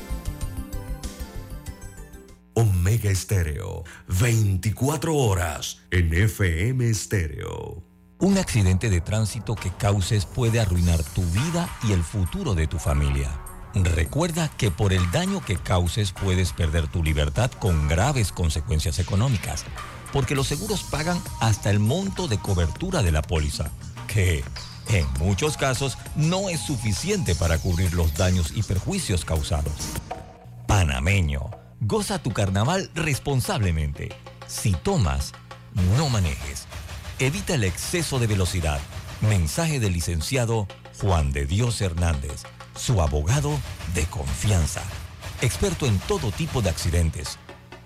Omega Estéreo, 24 horas en FM Estéreo. Un accidente de tránsito que causes puede arruinar tu vida y el futuro de tu familia. Recuerda que por el daño que causes puedes perder tu libertad con graves consecuencias económicas, porque los seguros pagan hasta el monto de cobertura de la póliza, que en muchos casos no es suficiente para cubrir los daños y perjuicios causados. Panameño, goza tu carnaval responsablemente. Si tomas, no manejes. Evita el exceso de velocidad. Mensaje del licenciado Juan de Dios Hernández, su abogado de confianza. Experto en todo tipo de accidentes.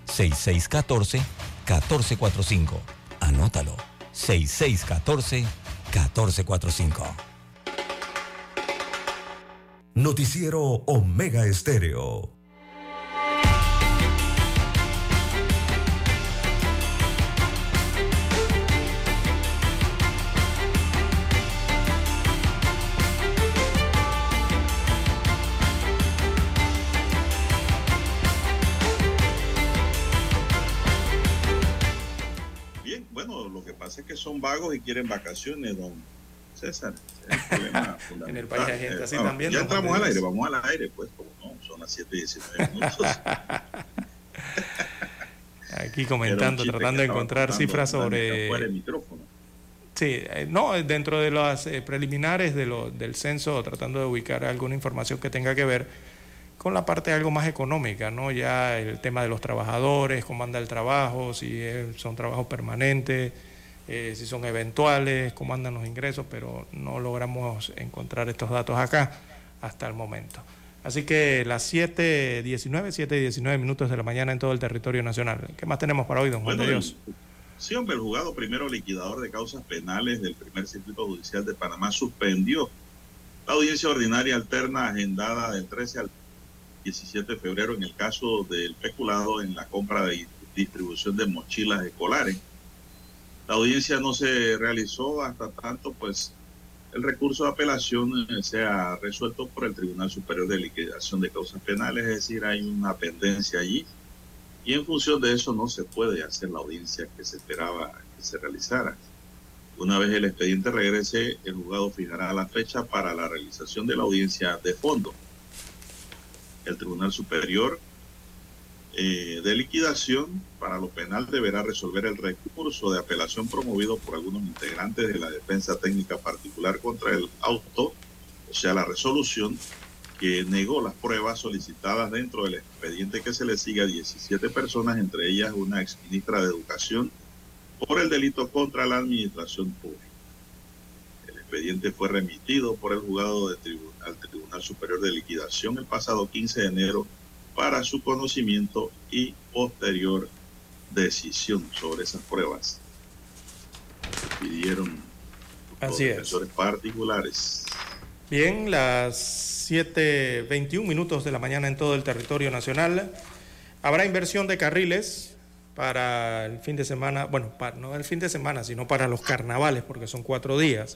6614-1445. Anótalo. 6614-1445. Noticiero Omega Estéreo. Bien, bueno, lo que pasa es que son vagos y quieren vacaciones, don César. En el país hay gente así también. Ya entramos al aire, vamos al aire, pues, como no, son las 7:19 minutos. Aquí comentando, tratando de encontrar cifras sobre... Fuera el micrófono. Sí, no, dentro de las preliminares del censo, tratando de ubicar alguna información que tenga que ver con la parte algo más económica, ¿no? Ya el tema de los trabajadores, cómo anda el trabajo, si son trabajos permanentes, si son eventuales, cómo andan los ingresos, pero no logramos encontrar estos datos acá hasta el momento. Así que las 7:19 minutos de la mañana en todo el territorio nacional. ¿Qué más tenemos para hoy, don Juan de Dios? Sí, hombre, el juzgado primero liquidador de causas penales del primer circuito judicial de Panamá suspendió la audiencia ordinaria alterna agendada del 13 al 17 de febrero en el caso del peculado en la compra de distribución de mochilas escolares. La audiencia no se realizó hasta tanto, pues, el recurso de apelación sea resuelto por el Tribunal Superior de Liquidación de Causas Penales, es decir, hay una pendencia allí. Y en función de eso no se puede hacer la audiencia que se esperaba que se realizara. Una vez el expediente regrese, el juzgado fijará la fecha para la realización de la audiencia de fondo. El Tribunal Superior de Liquidación para lo penal deberá resolver el recurso de apelación promovido por algunos integrantes de la defensa técnica particular contra el auto, o sea, la resolución que negó las pruebas solicitadas dentro del expediente que se le sigue a 17 personas, entre ellas una exministra de Educación, por el delito contra la administración pública. El expediente fue remitido por el juzgado al Tribunal Superior de Liquidación el pasado 15 de enero para su conocimiento y posterior decisión sobre esas pruebas. Pidieron los defensores particulares. Bien, las 7:21 minutos de la mañana en todo el territorio nacional. Habrá inversión de carriles para el fin de semana, bueno, no el fin de semana, sino para los carnavales, porque son 4 días.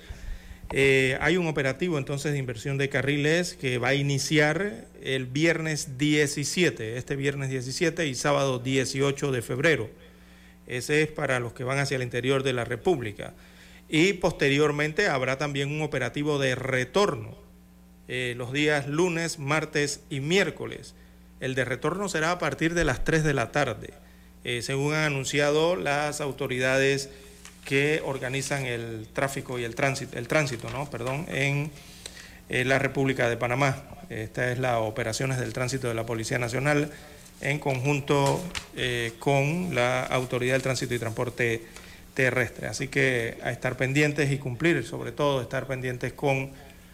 Hay un operativo entonces de inversión de carriles que va a iniciar el viernes 17, este viernes 17 y sábado 18 de febrero. Ese es para los que van hacia el interior de la República. Y posteriormente habrá también un operativo de retorno los días lunes, martes y miércoles. El de retorno será a partir de las 3 de la tarde, según han anunciado las autoridades que organizan el tráfico y el tránsito, en la República de Panamá. Esta es las operaciones del tránsito de la Policía Nacional en conjunto con la Autoridad del Tránsito y Transporte Terrestre. Así que a estar pendientes y cumplir, sobre todo estar pendientes con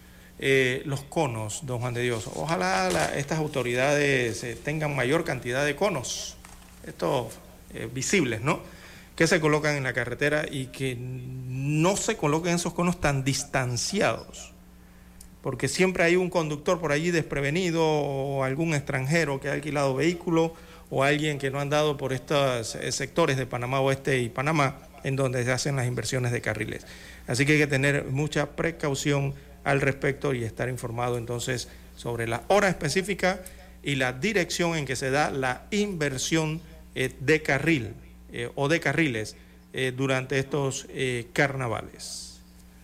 los conos, don Juan de Dios. Ojalá estas autoridades tengan mayor cantidad de conos, estos visibles, que se colocan en la carretera y que no se coloquen esos conos tan distanciados, porque siempre hay un conductor por allí desprevenido o algún extranjero que ha alquilado vehículo o alguien que no ha andado por estos sectores de Panamá Oeste y Panamá en donde se hacen las inversiones de carriles. Así que hay que tener mucha precaución al respecto y estar informado entonces sobre la hora específica y la dirección en que se da la inversión de carril o de carriles durante estos carnavales.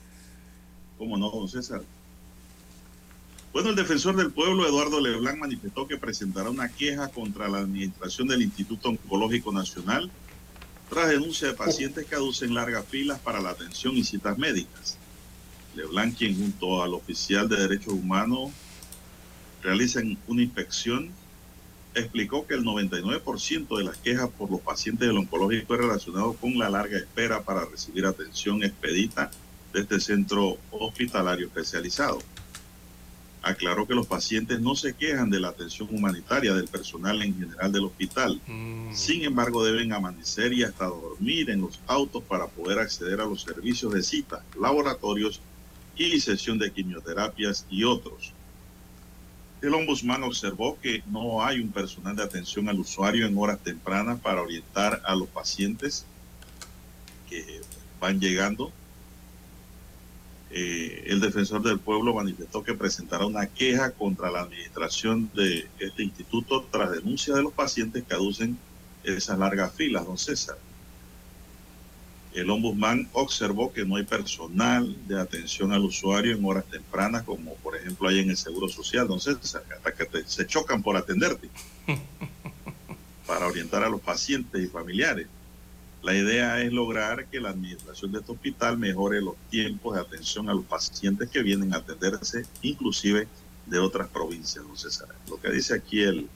¿Cómo no, don César? Bueno, el defensor del pueblo, Eduardo Leblanc, manifestó que presentará una queja contra la administración del Instituto Oncológico Nacional tras denuncia de pacientes que aducen largas filas para la atención y citas médicas. Leblanc, quien junto al oficial de Derechos Humanos realizan una inspección, explicó que el 99% de las quejas por los pacientes del oncológico es relacionado con la larga espera para recibir atención expedita de este centro hospitalario especializado. Aclaró que los pacientes no se quejan de la atención humanitaria del personal en general del hospital. Sin embargo, deben amanecer y hasta dormir en los autos para poder acceder a los servicios de citas, laboratorios y sesión de quimioterapias y otros. El ombudsman observó que no hay un personal de atención al usuario en horas tempranas para orientar a los pacientes que van llegando. El defensor del pueblo manifestó que presentará una queja contra la administración de este instituto tras denuncia de los pacientes que aducen esas largas filas, don César. El ombudsman observó que no hay personal de atención al usuario en horas tempranas, como por ejemplo hay en el Seguro Social, entonces hasta que se chocan por atenderte, para orientar a los pacientes y familiares. La idea es lograr que la administración de este hospital mejore los tiempos de atención a los pacientes que vienen a atenderse, inclusive de otras provincias, don César. Lo que dice aquí el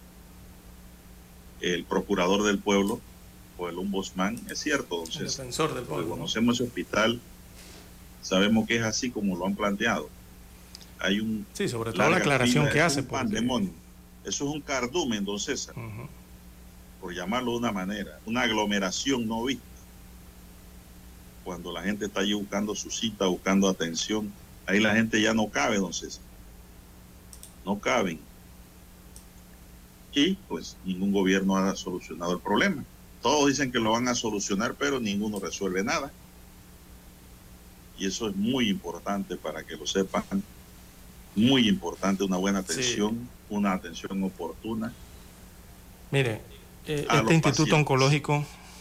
procurador del pueblo o el ombudsman es cierto, don César. El defensor del pueblo. Conocemos ese hospital, sabemos que es así como lo han planteado. Hay un... Sí, sobre todo la aclaración que hace. Pandemonio. Eso es un cardumen, don César. Por llamarlo de una manera, una aglomeración no vista. Cuando la gente está allí buscando su cita, buscando atención, ahí la gente ya no cabe, don César. No caben. Y pues ningún gobierno ha solucionado el problema. Todos dicen que lo van a solucionar, pero ninguno resuelve nada. Y eso es muy importante para que lo sepan. Muy importante, una buena atención, sí. Una atención oportuna. Mire, este instituto oncológico,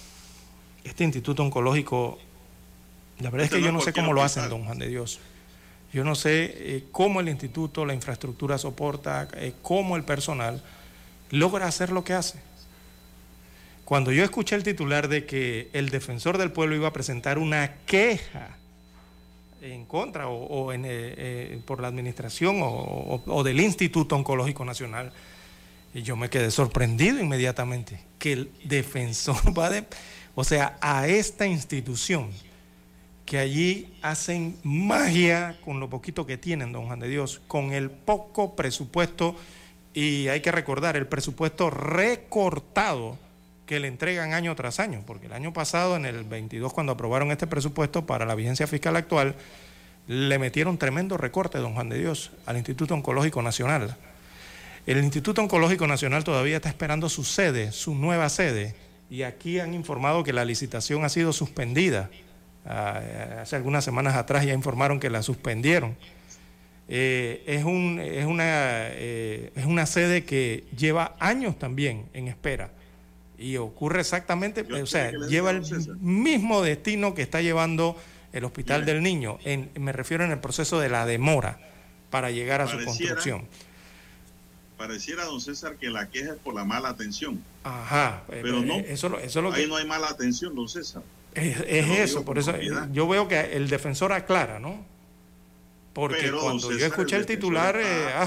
la verdad es que yo no sé cómo lo hacen, don Juan de Dios. Yo no sé cómo el instituto, la infraestructura soporta, cómo el personal logra hacer lo que hace. Cuando yo escuché el titular de que el defensor del pueblo iba a presentar una queja en contra por la administración o del Instituto Oncológico Nacional, y yo me quedé sorprendido inmediatamente que el defensor a esta institución, que allí hacen magia con lo poquito que tienen, don Juan de Dios, con el poco presupuesto, y hay que recordar, el presupuesto recortado que le entregan año tras año, porque el año pasado, en el 22, cuando aprobaron este presupuesto para la vigencia fiscal actual, le metieron tremendo recorte, don Juan de Dios, al Instituto Oncológico Nacional. El Instituto Oncológico Nacional todavía está esperando su sede, su nueva sede, y aquí han informado que la licitación ha sido suspendida. Hace algunas semanas atrás ya informaron que la suspendieron. Es una sede que lleva años también en espera. Y ocurre exactamente, lleva el mismo destino que está llevando el Hospital del Niño. Me refiero en el proceso de la demora para llegar a su construcción. Pareciera, don César, que la queja es por la mala atención. Ajá. Pero no, ahí no hay mala atención, don César. Es eso, por eso yo veo que el defensor aclara, ¿no? Porque pero, cuando César, yo escuché el titular,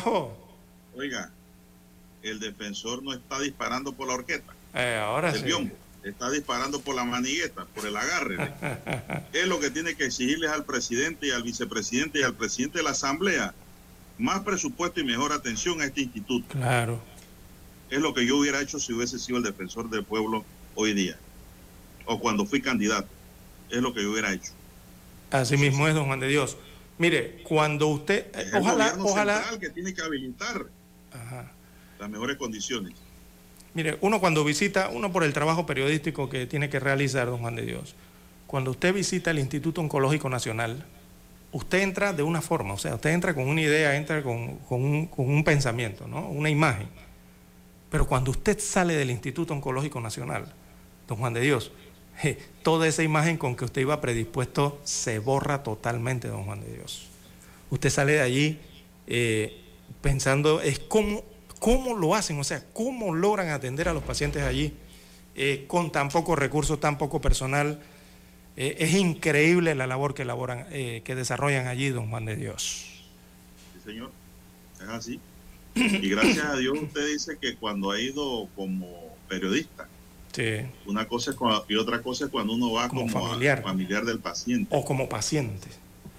oiga, el defensor no está disparando por la horqueta. Ahora sí. Biombo, está disparando por la manigueta, por el agarre. Es lo que tiene que exigirles al presidente y al vicepresidente y al presidente de la Asamblea. Más presupuesto y mejor atención a este instituto. Claro. Es lo que yo hubiera hecho si hubiese sido el defensor del pueblo hoy día. O cuando fui candidato. Es lo que yo hubiera hecho. Así mismo es, don Juan de Dios. Mire, cuando usted... Es el gobierno central que tiene que habilitar las mejores condiciones. Mire, uno cuando visita, uno por el trabajo periodístico que tiene que realizar, don Juan de Dios, cuando usted visita el Instituto Oncológico Nacional, usted entra de una forma, usted entra con una idea, entra con un pensamiento, ¿no? Una imagen. Pero cuando usted sale del Instituto Oncológico Nacional, don Juan de Dios, toda esa imagen con que usted iba predispuesto se borra totalmente, don Juan de Dios. Usted sale de allí pensando, ¿cómo lo hacen? O sea, ¿cómo logran atender a los pacientes allí con tan pocos recursos, tan poco personal? Es increíble la labor que desarrollan allí, don Juan de Dios. Sí, señor, es así. Y gracias a Dios usted dice que cuando ha ido como periodista, sí. Una cosa y otra cosa es cuando uno va como familiar del paciente. O como paciente.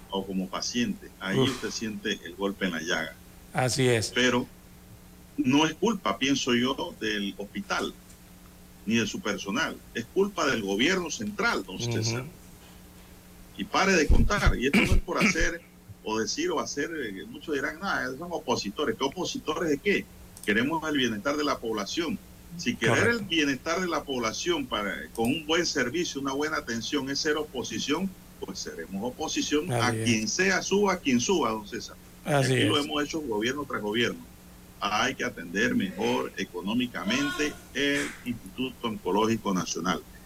Ahí usted siente el golpe en la llaga. Así es. Pero no es culpa, pienso yo, del hospital ni de su personal. Es culpa del gobierno central, don César. Y pare de contar. Y esto no es por hacer o decir o hacer, muchos dirán, son opositores. ¿Qué opositores de qué? Queremos el bienestar de la población. Si querer el bienestar de la población con un buen servicio, una buena atención, es ser oposición, pues seremos oposición a quien sea, suba quien suba, don César. Aquí lo hemos hecho gobierno tras gobierno. Hay que atender mejor económicamente el Instituto Oncológico Nacional.